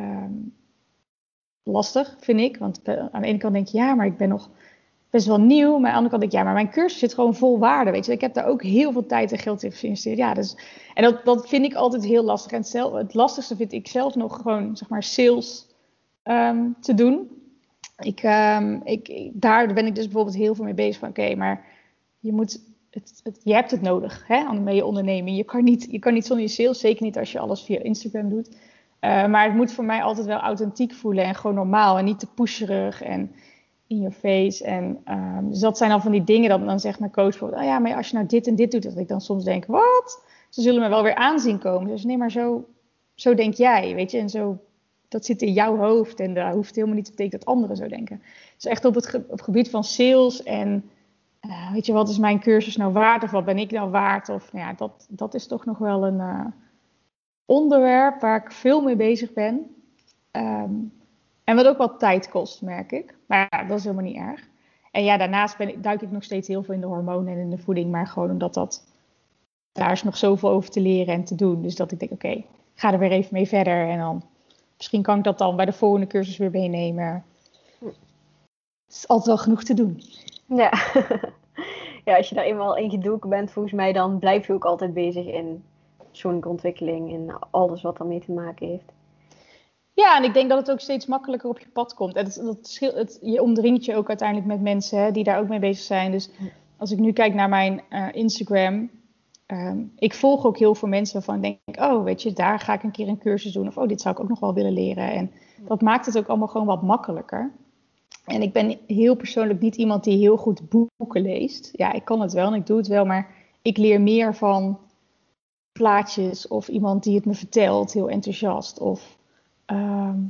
lastig, vind ik. Want aan de ene kant denk je, ja, maar ik ben nog best wel nieuw. Maar aan de andere kant denk ik, ja, maar mijn cursus zit gewoon vol waarde, weet je. Ik heb daar ook heel veel tijd en geld in geïnvesteerd. Ja, dus, en dat vind ik altijd heel lastig. En het lastigste vind ik zelf nog gewoon, zeg maar, sales te doen. Daar ben ik dus bijvoorbeeld heel veel mee bezig van, oké, maar je hebt het nodig, hè, met je onderneming. Je kan niet zonder je sales, zeker niet als je alles via Instagram doet. Maar het moet voor mij altijd wel authentiek voelen en gewoon normaal en niet te pusherig en in your face. En dus dat zijn al van die dingen, dan zegt mijn coach bijvoorbeeld, oh ja, maar als je nou dit en dit doet, dat ik dan soms denk, wat? Ze zullen me wel weer aanzien komen. Dus nee, maar zo denk jij, weet je, en zo, dat zit in jouw hoofd en dat hoeft helemaal niet te betekenen dat anderen zo denken. Dus echt op het gebied van sales en weet je, wat is mijn cursus nou waard of wat ben ik nou waard? Of ja, dat is toch nog wel een onderwerp waar ik veel mee bezig ben. En wat ook wat tijd kost, merk ik. Maar ja, dat is helemaal niet erg. En ja, daarnaast duik ik nog steeds heel veel in de hormonen en in de voeding. Maar gewoon omdat daar is nog zoveel over te leren en te doen. Dus dat ik denk, oké, ga er weer even mee verder. En dan misschien kan ik dat dan bij de volgende cursus weer meenemen. Het is altijd wel genoeg te doen. Ja. Ja, als je daar eenmaal in gedoken bent, volgens mij, dan blijf je ook altijd bezig in persoonlijke ontwikkeling en alles wat daarmee te maken heeft. Ja, en ik denk dat het ook steeds makkelijker op je pad komt. En je omringt je ook uiteindelijk met mensen, hè, die daar ook mee bezig zijn. Dus als ik nu kijk naar mijn Instagram, ik volg ook heel veel mensen waarvan ik denk, oh, weet je, daar ga ik een keer een cursus doen. Of oh, dit zou ik ook nog wel willen leren. En dat maakt het ook allemaal gewoon wat makkelijker. En ik ben heel persoonlijk niet iemand die heel goed boeken leest. Ja, ik kan het wel en ik doe het wel, maar ik leer meer van plaatjes of iemand die het me vertelt, heel enthousiast. Of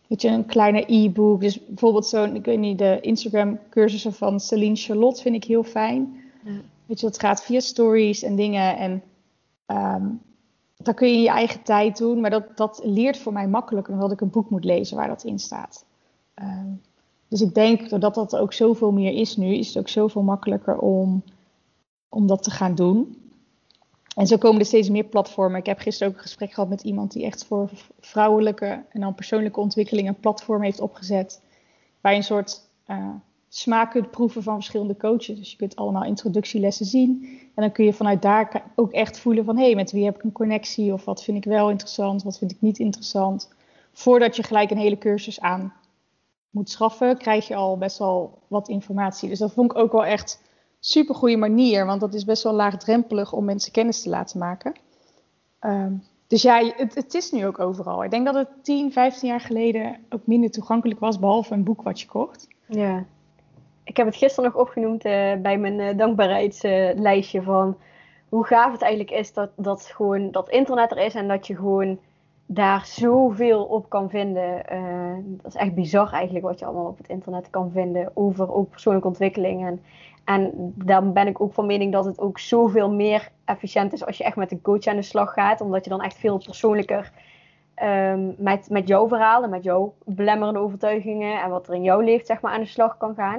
weet je, een kleine e-book. Dus bijvoorbeeld ik weet niet, de Instagram cursussen van Celine Charlotte vind ik heel fijn. Ja. Weet je, dat gaat via stories en dingen. En dan kun je in je eigen tijd doen. Maar dat leert voor mij makkelijker dan dat ik een boek moet lezen waar dat in staat. Dus ik denk, doordat dat ook zoveel meer is nu, is het ook zoveel makkelijker om dat te gaan doen. En zo komen er steeds meer platformen. Ik heb gisteren ook een gesprek gehad met iemand die echt voor vrouwelijke en dan persoonlijke ontwikkeling een platform heeft opgezet. Waar je een soort smaak kunt proeven van verschillende coaches. Dus je kunt allemaal introductielessen zien. En dan kun je vanuit daar ook echt voelen van, hé, met wie heb ik een connectie? Of wat vind ik wel interessant, wat vind ik niet interessant? Voordat je gelijk een hele cursus aan moet schaffen, krijg je al best wel wat informatie. Dus dat vond ik ook wel echt super goede manier, want dat is best wel laagdrempelig om mensen kennis te laten maken. Dus ja, het is nu ook overal. Ik denk dat het 10, 15 jaar geleden ook minder toegankelijk was, behalve een boek wat je kocht. Ja. Ik heb het gisteren nog opgenoemd bij mijn dankbaarheidslijstje van hoe gaaf het eigenlijk is dat gewoon dat internet er is en dat je gewoon daar zoveel op kan vinden. Dat is echt bizar eigenlijk wat je allemaal op het internet kan vinden over ook persoonlijke ontwikkeling. En daar ben ik ook van mening dat het ook zoveel meer efficiënt is als je echt met een coach aan de slag gaat. Omdat je dan echt veel persoonlijker met jouw verhaal en met jouw belemmerende overtuigingen en wat er in jou leeft, zeg maar, aan de slag kan gaan.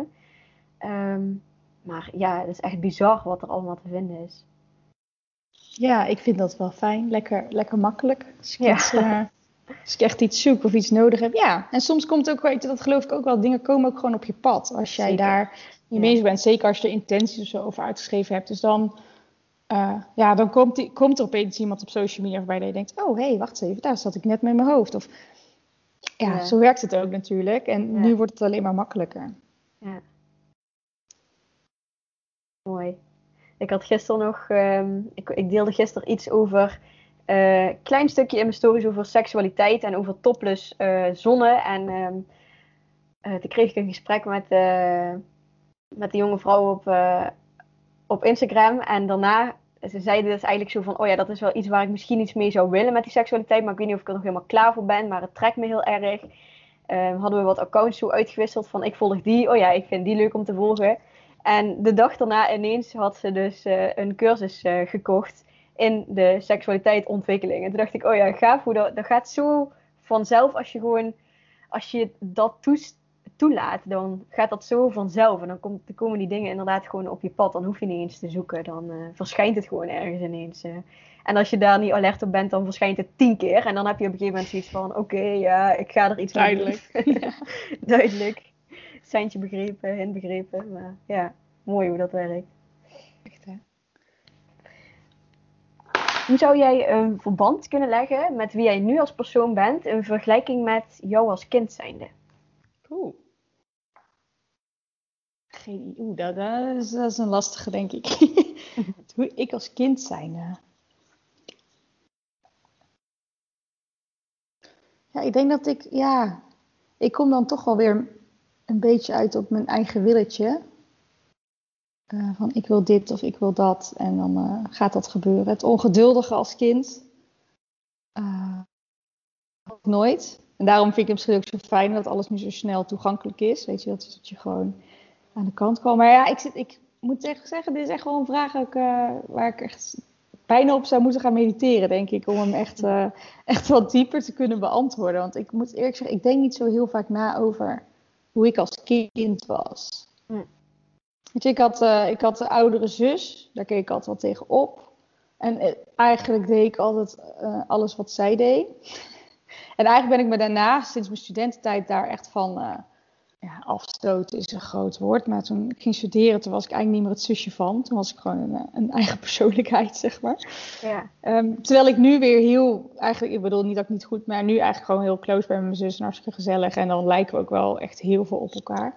Maar ja, het is echt bizar wat er allemaal te vinden is. Ja, ik vind dat wel fijn. Lekker makkelijk. Als ik echt iets zoek of iets nodig heb. Ja, en soms komt ook, weet je, dat geloof ik ook wel, dingen komen ook gewoon op je pad. Als jij daar mee bezig bent. Zeker als je er intenties of zo over uitgeschreven hebt. Dus dan komt er opeens iemand op social media waarbij je denkt, oh hé, wacht eens even, daar zat ik net met mijn hoofd. Of zo werkt het ook natuurlijk. En nu wordt het alleen maar makkelijker. Ja. Mooi. Ik had gisteren nog, ik deelde gisteren iets over, klein stukje in mijn stories over seksualiteit en over topless zonnen. En toen kreeg ik een gesprek met de jonge vrouw op Instagram. En daarna, ze zeiden dus eigenlijk zo van, oh ja, dat is wel iets waar ik misschien iets mee zou willen met die seksualiteit. Maar ik weet niet of ik er nog helemaal klaar voor ben, maar het trekt me heel erg. Hadden we wat accounts zo uitgewisseld van, ik volg die, oh ja, ik vind die leuk om te volgen. En de dag daarna ineens had ze dus een cursus gekocht in de seksualiteitsontwikkeling. En toen dacht ik, oh ja, gaaf hoe dat gaat zo vanzelf als je dat toelaat, dan gaat dat zo vanzelf. En dan komen die dingen inderdaad gewoon op je pad. Dan hoef je niet eens te zoeken, dan verschijnt het gewoon ergens ineens. En als je daar niet alert op bent, dan verschijnt het 10 keer. En dan heb je op een gegeven moment zoiets van, oké, ja, ik ga er iets mee doen. Duidelijk. Duidelijk. Seintje begrepen, hint begrepen. Maar ja, mooi hoe dat werkt. Echt, hè? Hoe zou jij een verband kunnen leggen met wie jij nu als persoon bent in vergelijking met jou als kind zijnde? Dat is een lastige, denk ik. Hoe ik als kind zijnde. Ja, ik denk dat ik kom dan toch wel weer een beetje uit op mijn eigen willetje. Van ik wil dit of ik wil dat. En dan gaat dat gebeuren. Het ongeduldige als kind. Nooit. En daarom vind ik het misschien ook zo fijn dat alles nu zo snel toegankelijk is. Weet je, dat je gewoon aan de kant kan. Maar ja, ik moet echt zeggen, dit is echt wel een vraag ook, waar ik echt bijna op zou moeten gaan mediteren, denk ik. Om hem echt wat dieper te kunnen beantwoorden. Want ik moet eerlijk zeggen, ik denk niet zo heel vaak na over hoe ik als kind was. Weet je, ik had de oudere zus, daar keek ik altijd wat tegen op. En eigenlijk deed ik altijd alles wat zij deed. En eigenlijk ben ik me daarna, sinds mijn studententijd, daar echt van afstoten is een groot woord. Maar toen ik ging studeren, toen was ik eigenlijk niet meer het zusje van. Toen was ik gewoon een eigen persoonlijkheid, zeg maar. Ja. Terwijl ik nu weer ik bedoel niet dat ik niet goed, maar nu eigenlijk gewoon heel close ben met mijn zus en hartstikke gezellig. En dan lijken we ook wel echt heel veel op elkaar.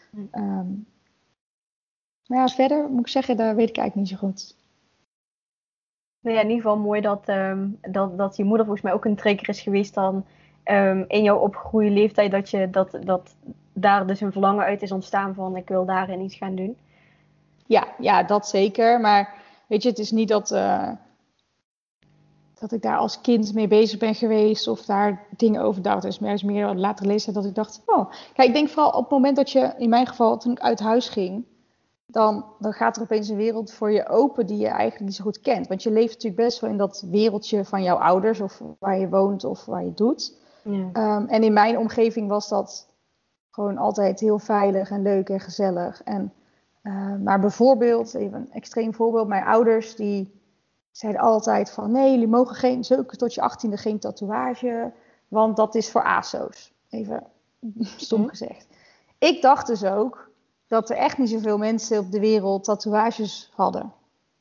Maar ja, verder moet ik zeggen, daar weet ik eigenlijk niet zo goed. Nou ja, in ieder geval mooi dat je moeder volgens mij ook een trigger is geweest dan in jouw opgegroeide leeftijd. Dat daar dus een verlangen uit is ontstaan van ik wil daarin iets gaan doen. Ja, dat zeker. Maar weet je, het is niet dat... dat ik daar als kind mee bezig ben geweest of daar dingen over dacht. Dus meer is meer wat later leeftijd dat ik dacht, oh, kijk, ik denk vooral op het moment dat je, in mijn geval, toen ik uit huis ging, dan gaat er opeens een wereld voor je open die je eigenlijk niet zo goed kent. Want je leeft natuurlijk best wel in dat wereldje van jouw ouders of waar je woont of waar je doet. Ja. En in mijn omgeving was dat gewoon altijd heel veilig en leuk en gezellig. Maar bijvoorbeeld, even een extreem voorbeeld, mijn ouders die zeiden altijd van nee, jullie mogen geen, zeker tot je 18e geen tatoeage, want dat is voor ASO's. Even stom gezegd. Ik dacht dus ook dat er echt niet zoveel mensen op de wereld tatoeages hadden.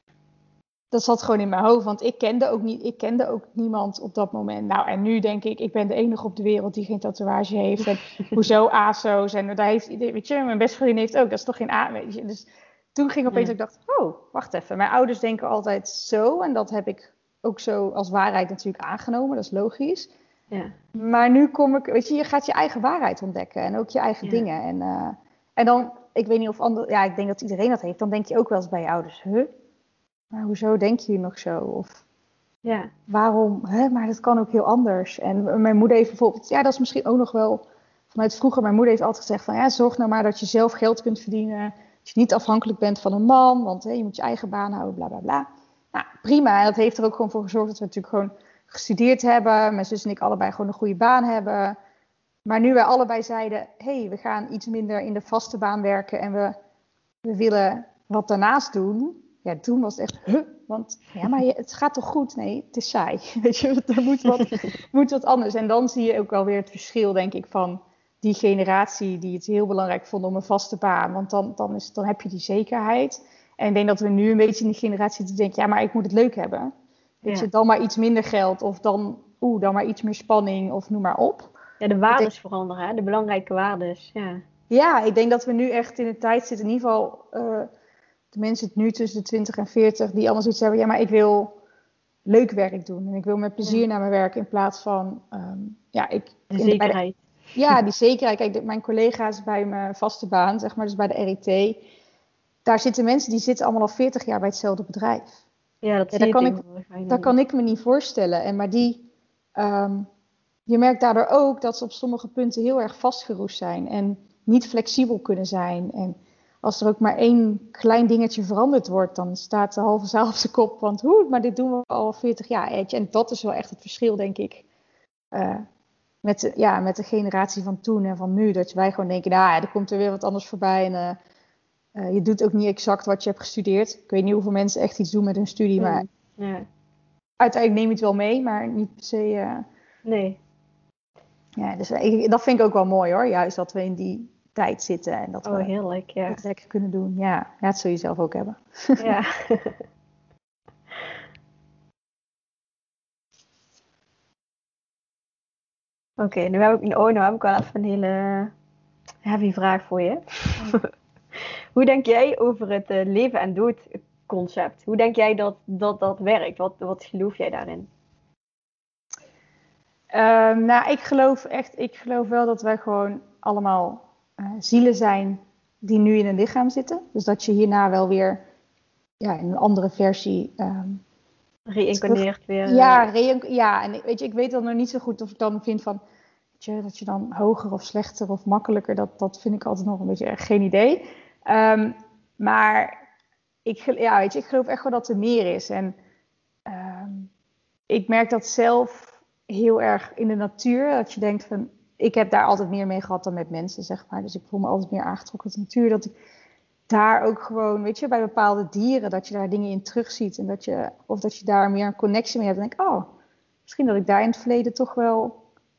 Dat zat gewoon in mijn hoofd, want ik kende ook niemand op dat moment. Nou, en nu denk ik ben de enige op de wereld die geen tatoeage heeft. En hoezo ASO's? En daar heeft iedereen, weet je, mijn beste vriendin heeft ook. Dat is toch geen A, weet je. Dus toen ging opeens dat ik dacht, oh, wacht even. Mijn ouders denken altijd zo. En dat heb ik ook zo als waarheid natuurlijk aangenomen. Dat is logisch. Ja. Maar nu kom ik, weet je, je gaat je eigen waarheid ontdekken. En ook je eigen dingen. En dan, ik weet niet of anderen, ja, ik denk dat iedereen dat heeft. Dan denk je ook wel eens bij je ouders, maar hoezo denk je nog zo? Of waarom? Maar dat kan ook heel anders. En mijn moeder heeft bijvoorbeeld, ja, dat is misschien ook nog wel vanuit vroeger. Mijn moeder heeft altijd gezegd van, ja, zorg nou maar dat je zelf geld kunt verdienen. Dat je niet afhankelijk bent van een man, want je moet je eigen baan houden, bla bla bla. Nou, prima. En dat heeft er ook gewoon voor gezorgd dat we natuurlijk gewoon gestudeerd hebben. Mijn zus en ik allebei gewoon een goede baan hebben. Maar nu wij allebei zeiden, we gaan iets minder in de vaste baan werken en we willen wat daarnaast doen. Ja, toen was het echt, want ja, maar het gaat toch goed? Nee, het is saai. Weet je, er moet wat anders. En dan zie je ook wel weer het verschil, denk ik, van die generatie die het heel belangrijk vond om een vaste baan. Want dan heb je die zekerheid. En ik denk dat we nu een beetje in die generatie die denkt, ja, maar ik moet het leuk hebben. Weet je, dan maar iets minder geld of dan maar iets meer spanning of noem maar op. Ja, de waardes veranderen, hè? De belangrijke waardes, Ja, ik denk dat we nu echt in een tijd zitten, in ieder geval de mensen nu tussen de 20 en 40, die allemaal zoiets hebben, ja, maar ik wil leuk werk doen. En ik wil met plezier naar mijn werk in plaats van, de zekerheid. Die zekerheid. Kijk, mijn collega's bij mijn vaste baan, zeg maar, dus bij de RIT, daar zitten mensen die zitten allemaal al 40 jaar bij hetzelfde bedrijf. Ja, dat kan ik me niet voorstellen. Maar je merkt daardoor ook dat ze op sommige punten heel erg vastgeroest zijn en niet flexibel kunnen zijn. En als er ook maar één klein dingetje veranderd wordt, dan staat de halve zaal op zijn kop. Want maar dit doen we al 40 jaar. En dat is wel echt het verschil, denk ik, met de generatie van toen en van nu. Dat wij gewoon denken, er komt er weer wat anders voorbij. En je doet ook niet exact wat je hebt gestudeerd. Ik weet niet hoeveel mensen echt iets doen met hun studie, maar uiteindelijk neem je het wel mee, maar niet per se. Nee. Ja, dus dat vind ik ook wel mooi hoor. Juist dat we in die tijd zitten en dat we heerlijk, het lekker kunnen doen. Ja, dat zul je zelf ook hebben. Ja. Oké, nu heb ik wel even een hele heavy vraag voor je. Hoe denk jij over het leven en dood concept? Hoe denk jij dat werkt? Wat geloof jij daarin? Ik geloof wel dat wij gewoon allemaal zielen zijn die nu in een lichaam zitten. Dus dat je hierna wel weer in een andere versie reïncarneert weer. En weet je, ik weet dan nog niet zo goed of ik dan vind van dat je dan hoger of slechter of makkelijker, dat vind ik altijd nog een beetje geen idee. Maar ik geloof echt wel dat er meer is. En ik merk dat zelf heel erg in de natuur. Dat je denkt van, ik heb daar altijd meer mee gehad dan met mensen, zeg maar. Dus ik voel me altijd meer aangetrokken tot de natuur. Dat ik daar ook gewoon, weet je, bij bepaalde dieren, dat je daar dingen in terugziet. En dat je daar meer een connectie mee hebt. En denk ik, misschien dat ik daar in het verleden toch wel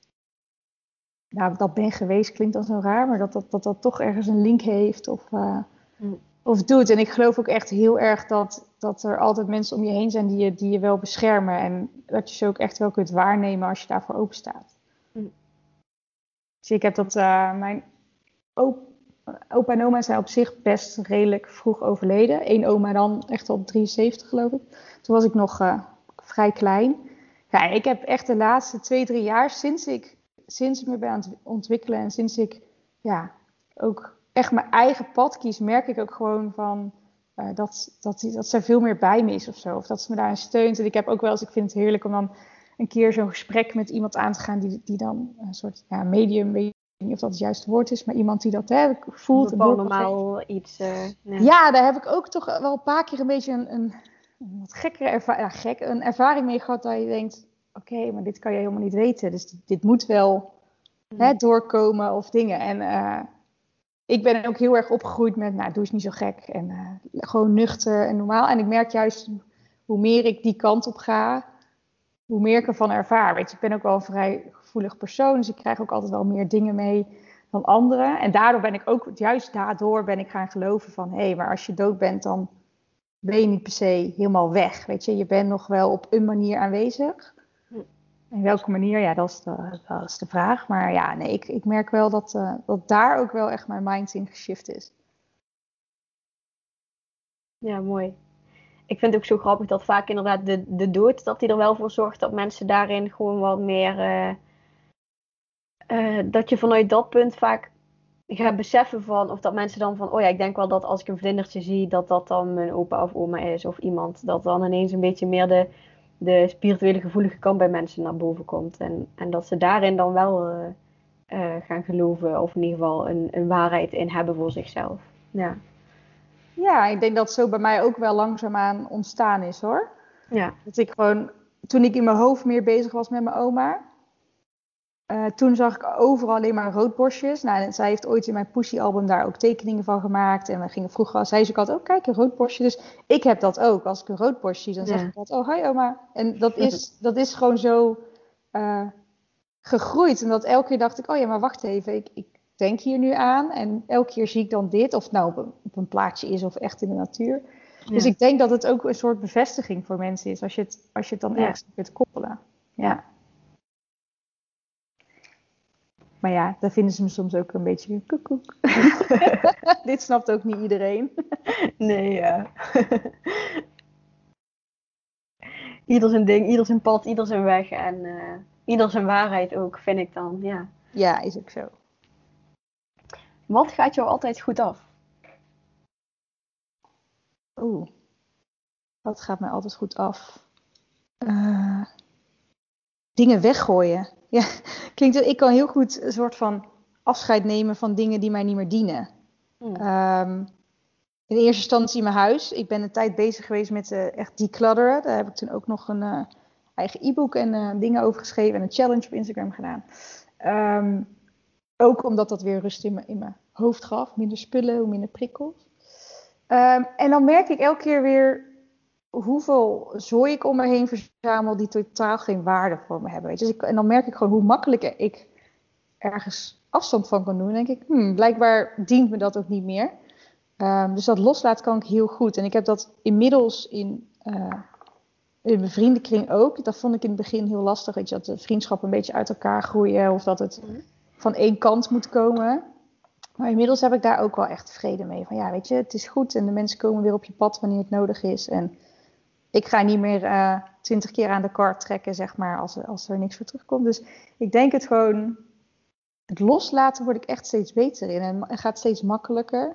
dat ben geweest, klinkt dan zo raar, maar dat toch ergens een link heeft of doet. En ik geloof ook echt heel erg dat er altijd mensen om je heen zijn die je wel beschermen. En dat je ze ook echt wel kunt waarnemen als je daarvoor open staat. Dus ik heb dat, mijn opa en oma zijn op zich best redelijk vroeg overleden. Eén oma dan echt op 73 geloof ik. Toen was ik nog vrij klein. Ja, en ik heb echt de laatste 2-3 jaar sinds ik me ben aan het ontwikkelen en sinds ik ook echt mijn eigen pad kies, merk ik ook gewoon van dat zij veel meer bij me is of zo. Of dat ze me daarin steunt. En ik heb ook wel eens, ik vind het heerlijk om dan een keer zo'n gesprek met iemand aan te gaan die dan een soort medium, weet niet of dat het juiste woord is, maar iemand die dat voelt. Bepaal normaal iets. Ja, daar heb ik ook toch wel een paar keer een beetje een wat gekkere een ervaring mee gehad dat je denkt, oké, maar dit kan je helemaal niet weten. Dus dit moet wel doorkomen of dingen. En ik ben ook heel erg opgegroeid met, doe eens niet zo gek. En gewoon nuchter en normaal. En ik merk juist, hoe meer ik die kant op ga, hoe meer ik ervan ervaar. Weet je, ik ben ook wel een vrij gevoelig persoon. Dus ik krijg ook altijd wel meer dingen mee dan anderen. En daardoor ben ik ook, juist daardoor ben ik gaan geloven van, hé, maar als je dood bent, dan ben je niet per se helemaal weg. Weet je bent nog wel op een manier aanwezig. In welke manier, ja, dat is de vraag. Maar ja, nee, ik merk wel dat daar ook wel echt mijn mind in geshift is. Ja, mooi. Ik vind het ook zo grappig dat vaak inderdaad de dood, dat die er wel voor zorgt dat mensen daarin gewoon wat meer, dat je vanuit dat punt vaak gaat beseffen van, of dat mensen dan van, oh ja, ik denk wel dat als ik een vlindertje zie, dat dat dan mijn opa of oma is of iemand, dat dan ineens een beetje meer de spirituele gevoelige kant bij mensen naar boven komt. En dat ze daarin dan wel gaan geloven, of in ieder geval een waarheid in hebben voor zichzelf. Ja. Ja, ik denk dat zo bij mij ook wel langzaamaan ontstaan is, hoor. Ja. Dat ik gewoon, toen ik in mijn hoofd meer bezig was met mijn oma, toen zag ik overal alleen maar roodborstjes. En zij heeft ooit in mijn Pussy-album daar ook tekeningen van gemaakt. En we gingen vroeger, als zij ze altijd, oh kijk, een roodborstje. Dus ik heb dat ook. Als ik een roodborstje zie, dan zeg ik dat, oh hi oma. En dat is gewoon zo gegroeid. En dat elke keer dacht ik, oh ja, maar wacht even, ik denk hier nu aan. En elke keer zie ik dan dit, of het nou op een plaatje is of echt in de natuur. Ja. Dus ik denk dat het ook een soort bevestiging voor mensen is, als je het dan ergens kunt koppelen. Ja. Maar ja, daar vinden ze me soms ook een beetje koekoek. Dit snapt ook niet iedereen. Nee, ja. Ieder zijn ding, ieder zijn pad, ieder zijn weg. En ieder zijn waarheid ook, vind ik dan. Ja, ja, is ook zo. Wat gaat jou altijd goed af? Wat gaat mij altijd goed af? Dingen weggooien. Ja, klinkt, ik kan heel goed een soort van afscheid nemen van dingen die mij niet meer dienen. In eerste instantie mijn huis. Ik ben een tijd bezig geweest met echt declutteren. Daar heb ik toen ook nog een eigen e-book en dingen over geschreven en een challenge op Instagram gedaan. Ook omdat dat weer rust in mijn hoofd gaf. Minder spullen, hoe minder prikkels. En dan merk ik elke keer weer hoeveel zooi ik om me heen verzamel die totaal geen waarde voor me hebben. Weet je? Dus en dan merk ik gewoon hoe makkelijker ik ergens afstand van kan doen. Dan denk ik, blijkbaar dient me dat ook niet meer. Dus dat loslaten kan ik heel goed. En ik heb dat inmiddels in mijn vriendenkring ook. Dat vond ik in het begin heel lastig. Weet je, dat de vriendschappen een beetje uit elkaar groeien. Of dat het van één kant moet komen. Maar inmiddels heb ik daar ook wel echt vrede mee. Van ja, weet je, het is goed. En de mensen komen weer op je pad wanneer het nodig is. En ik ga niet meer 20 keer aan de kar trekken, zeg maar, als er niks voor terugkomt. Dus ik denk het gewoon, het loslaten word ik echt steeds beter in. En gaat steeds makkelijker.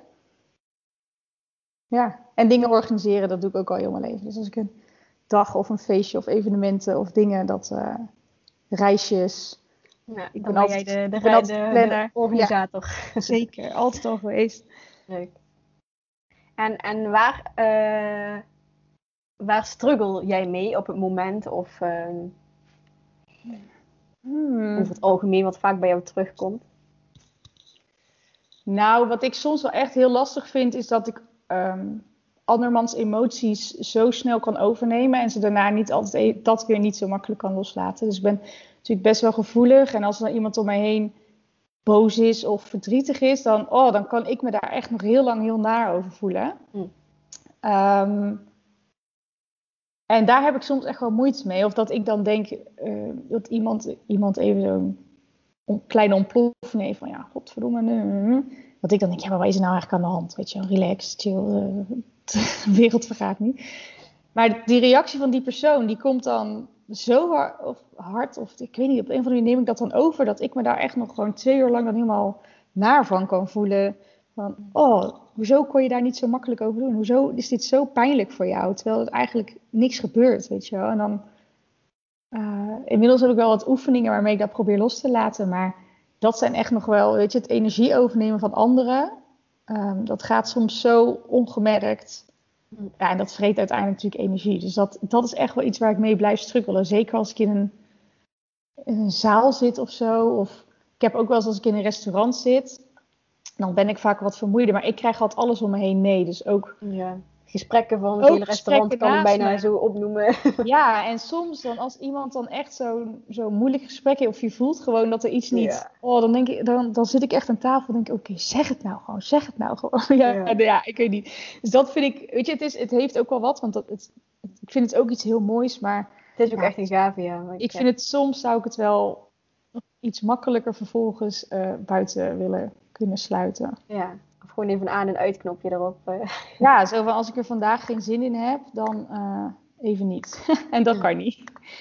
Ja, en dingen organiseren, dat doe ik ook al heel mijn leven. Dus als ik een dag of een feestje of evenementen of dingen, reisjes. Ja, ik ben altijd de organisator. Ja, zeker, altijd al geweest. Leuk. En waar struggle jij mee op het moment? Of over het algemeen wat vaak bij jou terugkomt? Nou, wat ik soms wel echt heel lastig vind, is dat ik andermans emoties zo snel kan overnemen en ze daarna niet altijd dat weer niet zo makkelijk kan loslaten. Dus ik ben natuurlijk best wel gevoelig en als er iemand om mij heen boos is of verdrietig is, dan kan ik me daar echt nog heel lang heel naar over voelen. En daar heb ik soms echt wel moeite mee. Of dat ik dan denk dat iemand even zo'n kleine ontploffing heeft van ja, godverdomme. Dat ik dan denk, ja, maar wat is er nou eigenlijk aan de hand? Weet je, relax, chill, de wereld vergaat niet. Maar die reactie van die persoon, die komt dan zo hard, of ik weet niet, op een of andere manier neem ik dat dan over, dat ik me daar echt nog gewoon 2 uur lang dan helemaal naar van kan voelen. Van, hoezo kon je daar niet zo makkelijk over doen? Hoezo is dit zo pijnlijk voor jou? Terwijl het eigenlijk niks gebeurt, weet je wel. En dan, inmiddels heb ik wel wat oefeningen waarmee ik dat probeer los te laten. Maar dat zijn echt nog wel, weet je, het energie overnemen van anderen. Dat gaat soms zo ongemerkt. Ja, en dat vreet uiteindelijk natuurlijk energie. Dus dat is echt wel iets waar ik mee blijf struggelen. Zeker als ik in een zaal zit of zo. Of ik heb ook wel eens als ik in een restaurant zit. Dan ben ik vaak wat vermoeider. Maar ik krijg altijd alles om me heen nee. Dus ook gesprekken van het hele restaurant kan ik bijna zo opnoemen. Ja, en soms dan als iemand dan echt zo'n moeilijk gesprek heeft. Of je voelt gewoon dat er iets niet... Dan denk ik, dan zit ik echt aan tafel en denk ik, oké, zeg het nou gewoon. Zeg het nou gewoon. Ja, ik weet niet. Dus dat vind ik... Weet je, het heeft ook wel wat. Want ik vind het ook iets heel moois. Maar het is ook echt een gave, ja. Ik vind het soms zou ik het wel iets makkelijker vervolgens buiten willen kunnen sluiten. Ja, of gewoon even een aan- en uitknopje erop. Ja, zo van als ik er vandaag geen zin in heb, dan even niet. En dat kan niet.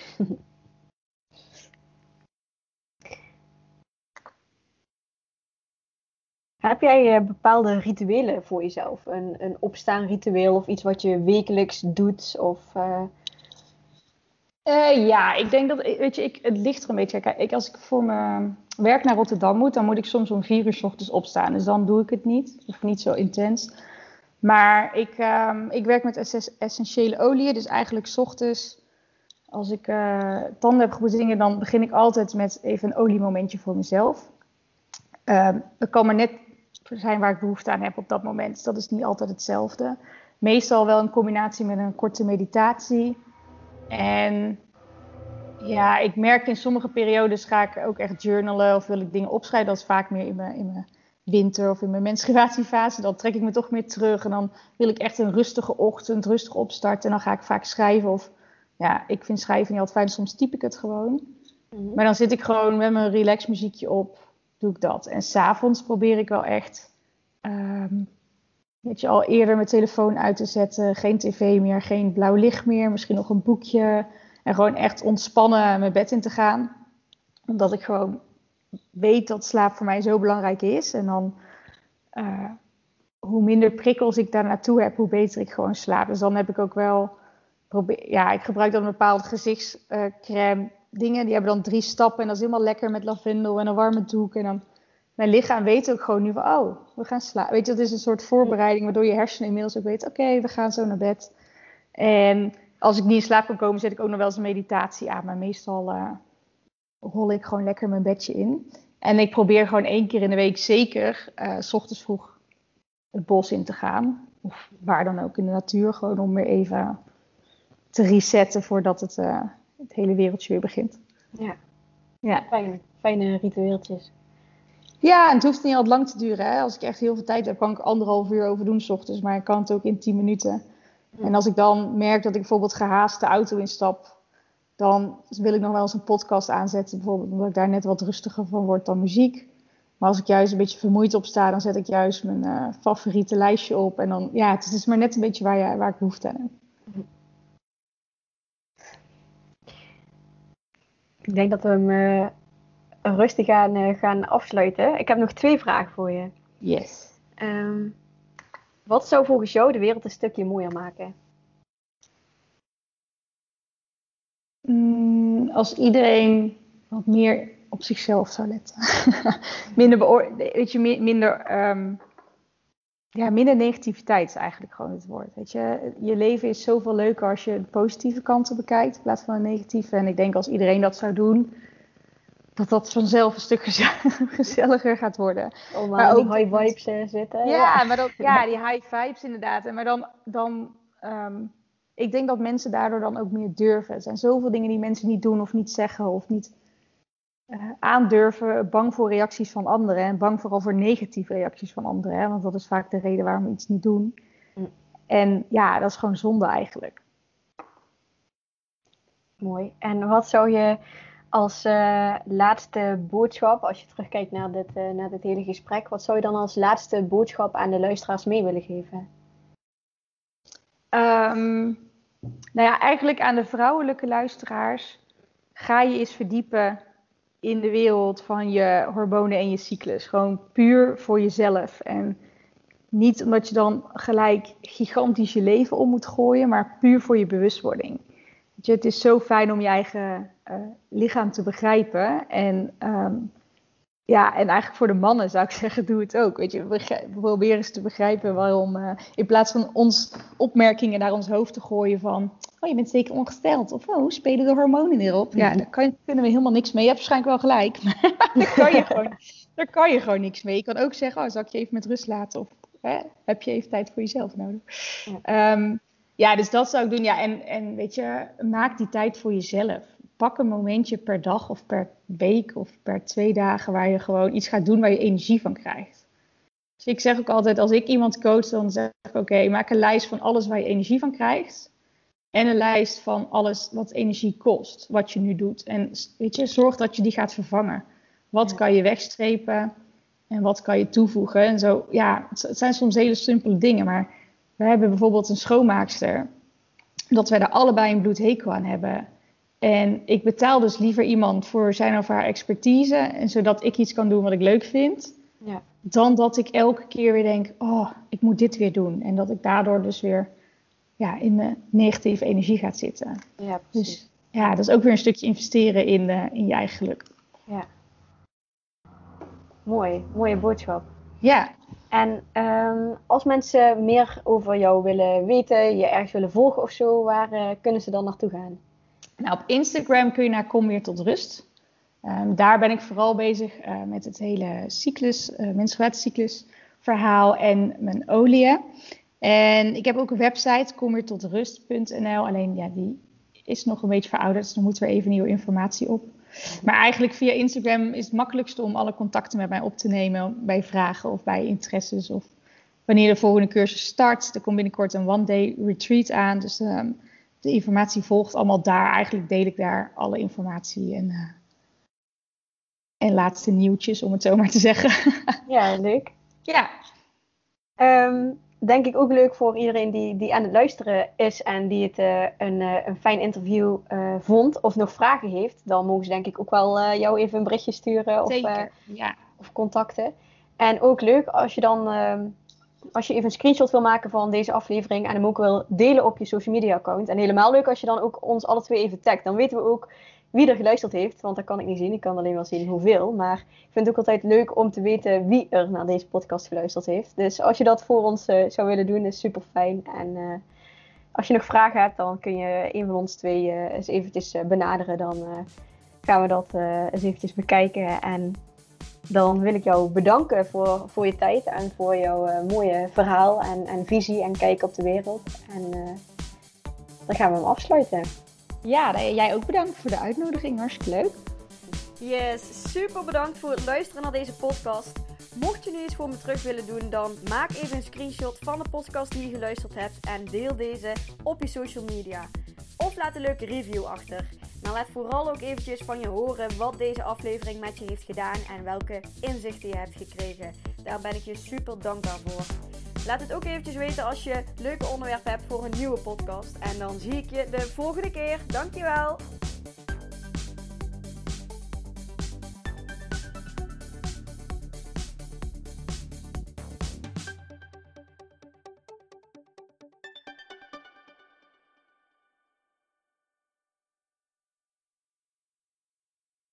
Heb jij bepaalde rituelen voor jezelf? Een opstaanritueel of iets wat je wekelijks doet? Of, ja, ik denk dat, weet je, het ligt er een beetje. Kijk, als ik voor mijn werk naar Rotterdam moet, dan moet ik soms om 4 uur 's ochtends opstaan. Dus dan doe ik het niet, of niet zo intens. Maar ik werk met essentiële oliën, dus eigenlijk 's ochtends, als ik tanden heb gepoetst, dan begin ik altijd met even een oliemomentje voor mezelf. Het kan maar net zijn waar ik behoefte aan heb op dat moment. Dus dat is niet altijd hetzelfde. Meestal wel in combinatie met een korte meditatie. En ja, ik merk in sommige periodes ga ik ook echt journalen of wil ik dingen opschrijven. Dat is vaak meer in mijn winter of in mijn menstruatiefase. Dan trek ik me toch meer terug en dan wil ik echt een rustige ochtend, rustig opstarten. En dan ga ik vaak schrijven of ja, ik vind schrijven niet altijd fijn. Soms typ ik het gewoon. Mm-hmm. Maar dan zit ik gewoon met mijn relax muziekje op, doe ik dat. En 's avonds probeer ik wel echt, weet je, al eerder mijn telefoon uit te zetten. Geen tv meer, geen blauw licht meer, misschien nog een boekje. En gewoon echt ontspannen mijn bed in te gaan. Omdat ik gewoon weet dat slaap voor mij zo belangrijk is. En dan, hoe minder prikkels ik daar naartoe heb, hoe beter ik gewoon slaap. Dus dan heb ik ook wel, ik gebruik dan een bepaald gezichtscrème dingen. Die hebben dan 3 stappen en dat is helemaal lekker met lavendel en een warme doek. En dan, mijn lichaam weet ook gewoon nu van, we gaan slapen. Weet je, dat is een soort voorbereiding waardoor je hersenen inmiddels ook weet, oké, we gaan zo naar bed. En als ik niet in slaap kan komen, zet ik ook nog wel eens een meditatie aan. Maar meestal rol ik gewoon lekker mijn bedje in. En ik probeer gewoon 1 keer in de week zeker 's ochtends vroeg het bos in te gaan. Of waar dan ook in de natuur. Gewoon om weer even te resetten voordat het hele wereldje weer begint. Ja. Fijne ritueeltjes. Ja, en het hoeft niet altijd lang te duren. Hè? Als ik echt heel veel tijd heb, kan ik 1,5 uur over doen 's ochtends. Maar ik kan het ook in 10 minuten. En als ik dan merk dat ik bijvoorbeeld gehaast de auto instap, dan wil ik nog wel eens een podcast aanzetten. Bijvoorbeeld omdat ik daar net wat rustiger van word dan muziek. Maar als ik juist een beetje vermoeid opsta, dan zet ik juist mijn favoriete lijstje op. En dan, ja, het is maar net een beetje waar ik behoefte aan heb. Ik denk dat we hem rustig gaan afsluiten. Ik heb nog 2 vragen voor je. Yes. Wat zou volgens jou de wereld een stukje mooier maken? Als iedereen wat meer op zichzelf zou letten. Minder negativiteit is eigenlijk gewoon het woord. Weet je leven is zoveel leuker als je de positieve kanten bekijkt in plaats van de negatieve. En ik denk als iedereen dat zou doen, dat vanzelf een stuk gezelliger gaat worden. Maar ook die high vibes zitten. Ja, maar die high vibes inderdaad. Maar dan ik denk dat mensen daardoor dan ook meer durven. Er zijn zoveel dingen die mensen niet doen of niet zeggen of niet aandurven. Bang voor reacties van anderen en bang vooral voor negatieve reacties van anderen. Hè? Want dat is vaak de reden waarom we iets niet doen. En ja, dat is gewoon zonde eigenlijk. Mooi. En wat zou je als laatste boodschap, als je terugkijkt naar dit hele gesprek, wat zou je dan als laatste boodschap aan de luisteraars mee willen geven? Eigenlijk aan de vrouwelijke luisteraars, ga je eens verdiepen in de wereld van je hormonen en je cyclus. Gewoon puur voor jezelf. En Niet omdat je dan gelijk gigantisch je leven om moet gooien, maar puur voor je bewustwording. Weet je, het is zo fijn om je eigen lichaam te begrijpen. En en eigenlijk voor de mannen zou ik zeggen, doe het ook. Weet je, probeer eens te begrijpen waarom, in plaats van ons opmerkingen naar ons hoofd te gooien van, oh, je bent zeker ongesteld. Of, oh, spelen de hormonen erop? Ja, daar kunnen we helemaal niks mee. Je hebt waarschijnlijk wel gelijk, maar daar kan je gewoon niks mee. Je kan ook zeggen, oh, zal ik je even met rust laten? Of heb je even tijd voor jezelf nodig? Ja. Dus dat zou ik doen. Ja, en weet je, maak die tijd voor jezelf. Pak een momentje per dag of per week of per 2 dagen waar je gewoon iets gaat doen waar je energie van krijgt. Dus ik zeg ook altijd, als ik iemand coach, dan zeg ik oké, maak een lijst van alles waar je energie van krijgt. En een lijst van alles wat energie kost, wat je nu doet. En weet je, zorg dat je die gaat vervangen. Wat kan je wegstrepen en wat kan je toevoegen? En zo, ja, het zijn soms hele simpele dingen, maar we hebben bijvoorbeeld een schoonmaakster, dat wij er allebei een bloedhekel aan hebben. En ik betaal dus liever iemand voor zijn of haar expertise, en zodat ik iets kan doen wat ik leuk vind, dan dat ik elke keer weer denk, oh, ik moet dit weer doen. En dat ik daardoor dus weer in de negatieve energie gaat zitten. Ja, dus ja, dat is ook weer een stukje investeren in je eigen geluk. Ja. Mooie boodschap. Ja. En als mensen meer over jou willen weten, je ergens willen volgen of zo, waar kunnen ze dan naartoe gaan? Nou, op Instagram kun je naar Kom Weer Tot Rust. Daar ben ik vooral bezig met het hele menstruatiecyclus verhaal en mijn oliën. En ik heb ook een website, komweertotrust.nl. Alleen die is nog een beetje verouderd, dus dan moet er even nieuwe informatie op. Maar eigenlijk via Instagram is het makkelijkste om alle contacten met mij op te nemen bij vragen of bij interesses. Of wanneer de volgende cursus start. Er komt binnenkort een one-day retreat aan. Dus de informatie volgt allemaal daar. Eigenlijk deel ik daar alle informatie en laatste nieuwtjes, om het zo maar te zeggen. Ja, leuk. Ja. Denk ik ook leuk voor iedereen die aan het luisteren is en die het een fijn interview vond of nog vragen heeft. Dan mogen ze denk ik ook wel jou even een berichtje sturen of contacten. En ook leuk als je dan als je even een screenshot wil maken van deze aflevering en hem ook wil delen op je social media account. En helemaal leuk als je dan ook ons alle twee even tagt. Dan weten we ook wie er geluisterd heeft, want dat kan ik niet zien. Ik kan alleen wel zien hoeveel. Maar ik vind het ook altijd leuk om te weten wie er naar deze podcast geluisterd heeft. Dus als je dat voor ons zou willen doen, is super fijn. En als je nog vragen hebt, dan kun je een van ons twee eens eventjes benaderen. Dan gaan we dat eens eventjes bekijken. En dan wil ik jou bedanken voor je tijd en voor jouw mooie verhaal en visie en kijk op de wereld. En dan gaan we hem afsluiten. Ja, jij ook bedankt voor de uitnodiging. Hartstikke leuk. Yes, super bedankt voor het luisteren naar deze podcast. Mocht je nu iets voor me terug willen doen, dan maak even een screenshot van de podcast die je geluisterd hebt en deel deze op je social media. Of laat een leuke review achter. Maar laat vooral ook eventjes van je horen wat deze aflevering met je heeft gedaan en welke inzichten je hebt gekregen. Daar ben ik je super dankbaar voor. Laat het ook eventjes weten als je leuke onderwerpen hebt voor een nieuwe podcast. En dan zie ik je de volgende keer. Dankjewel!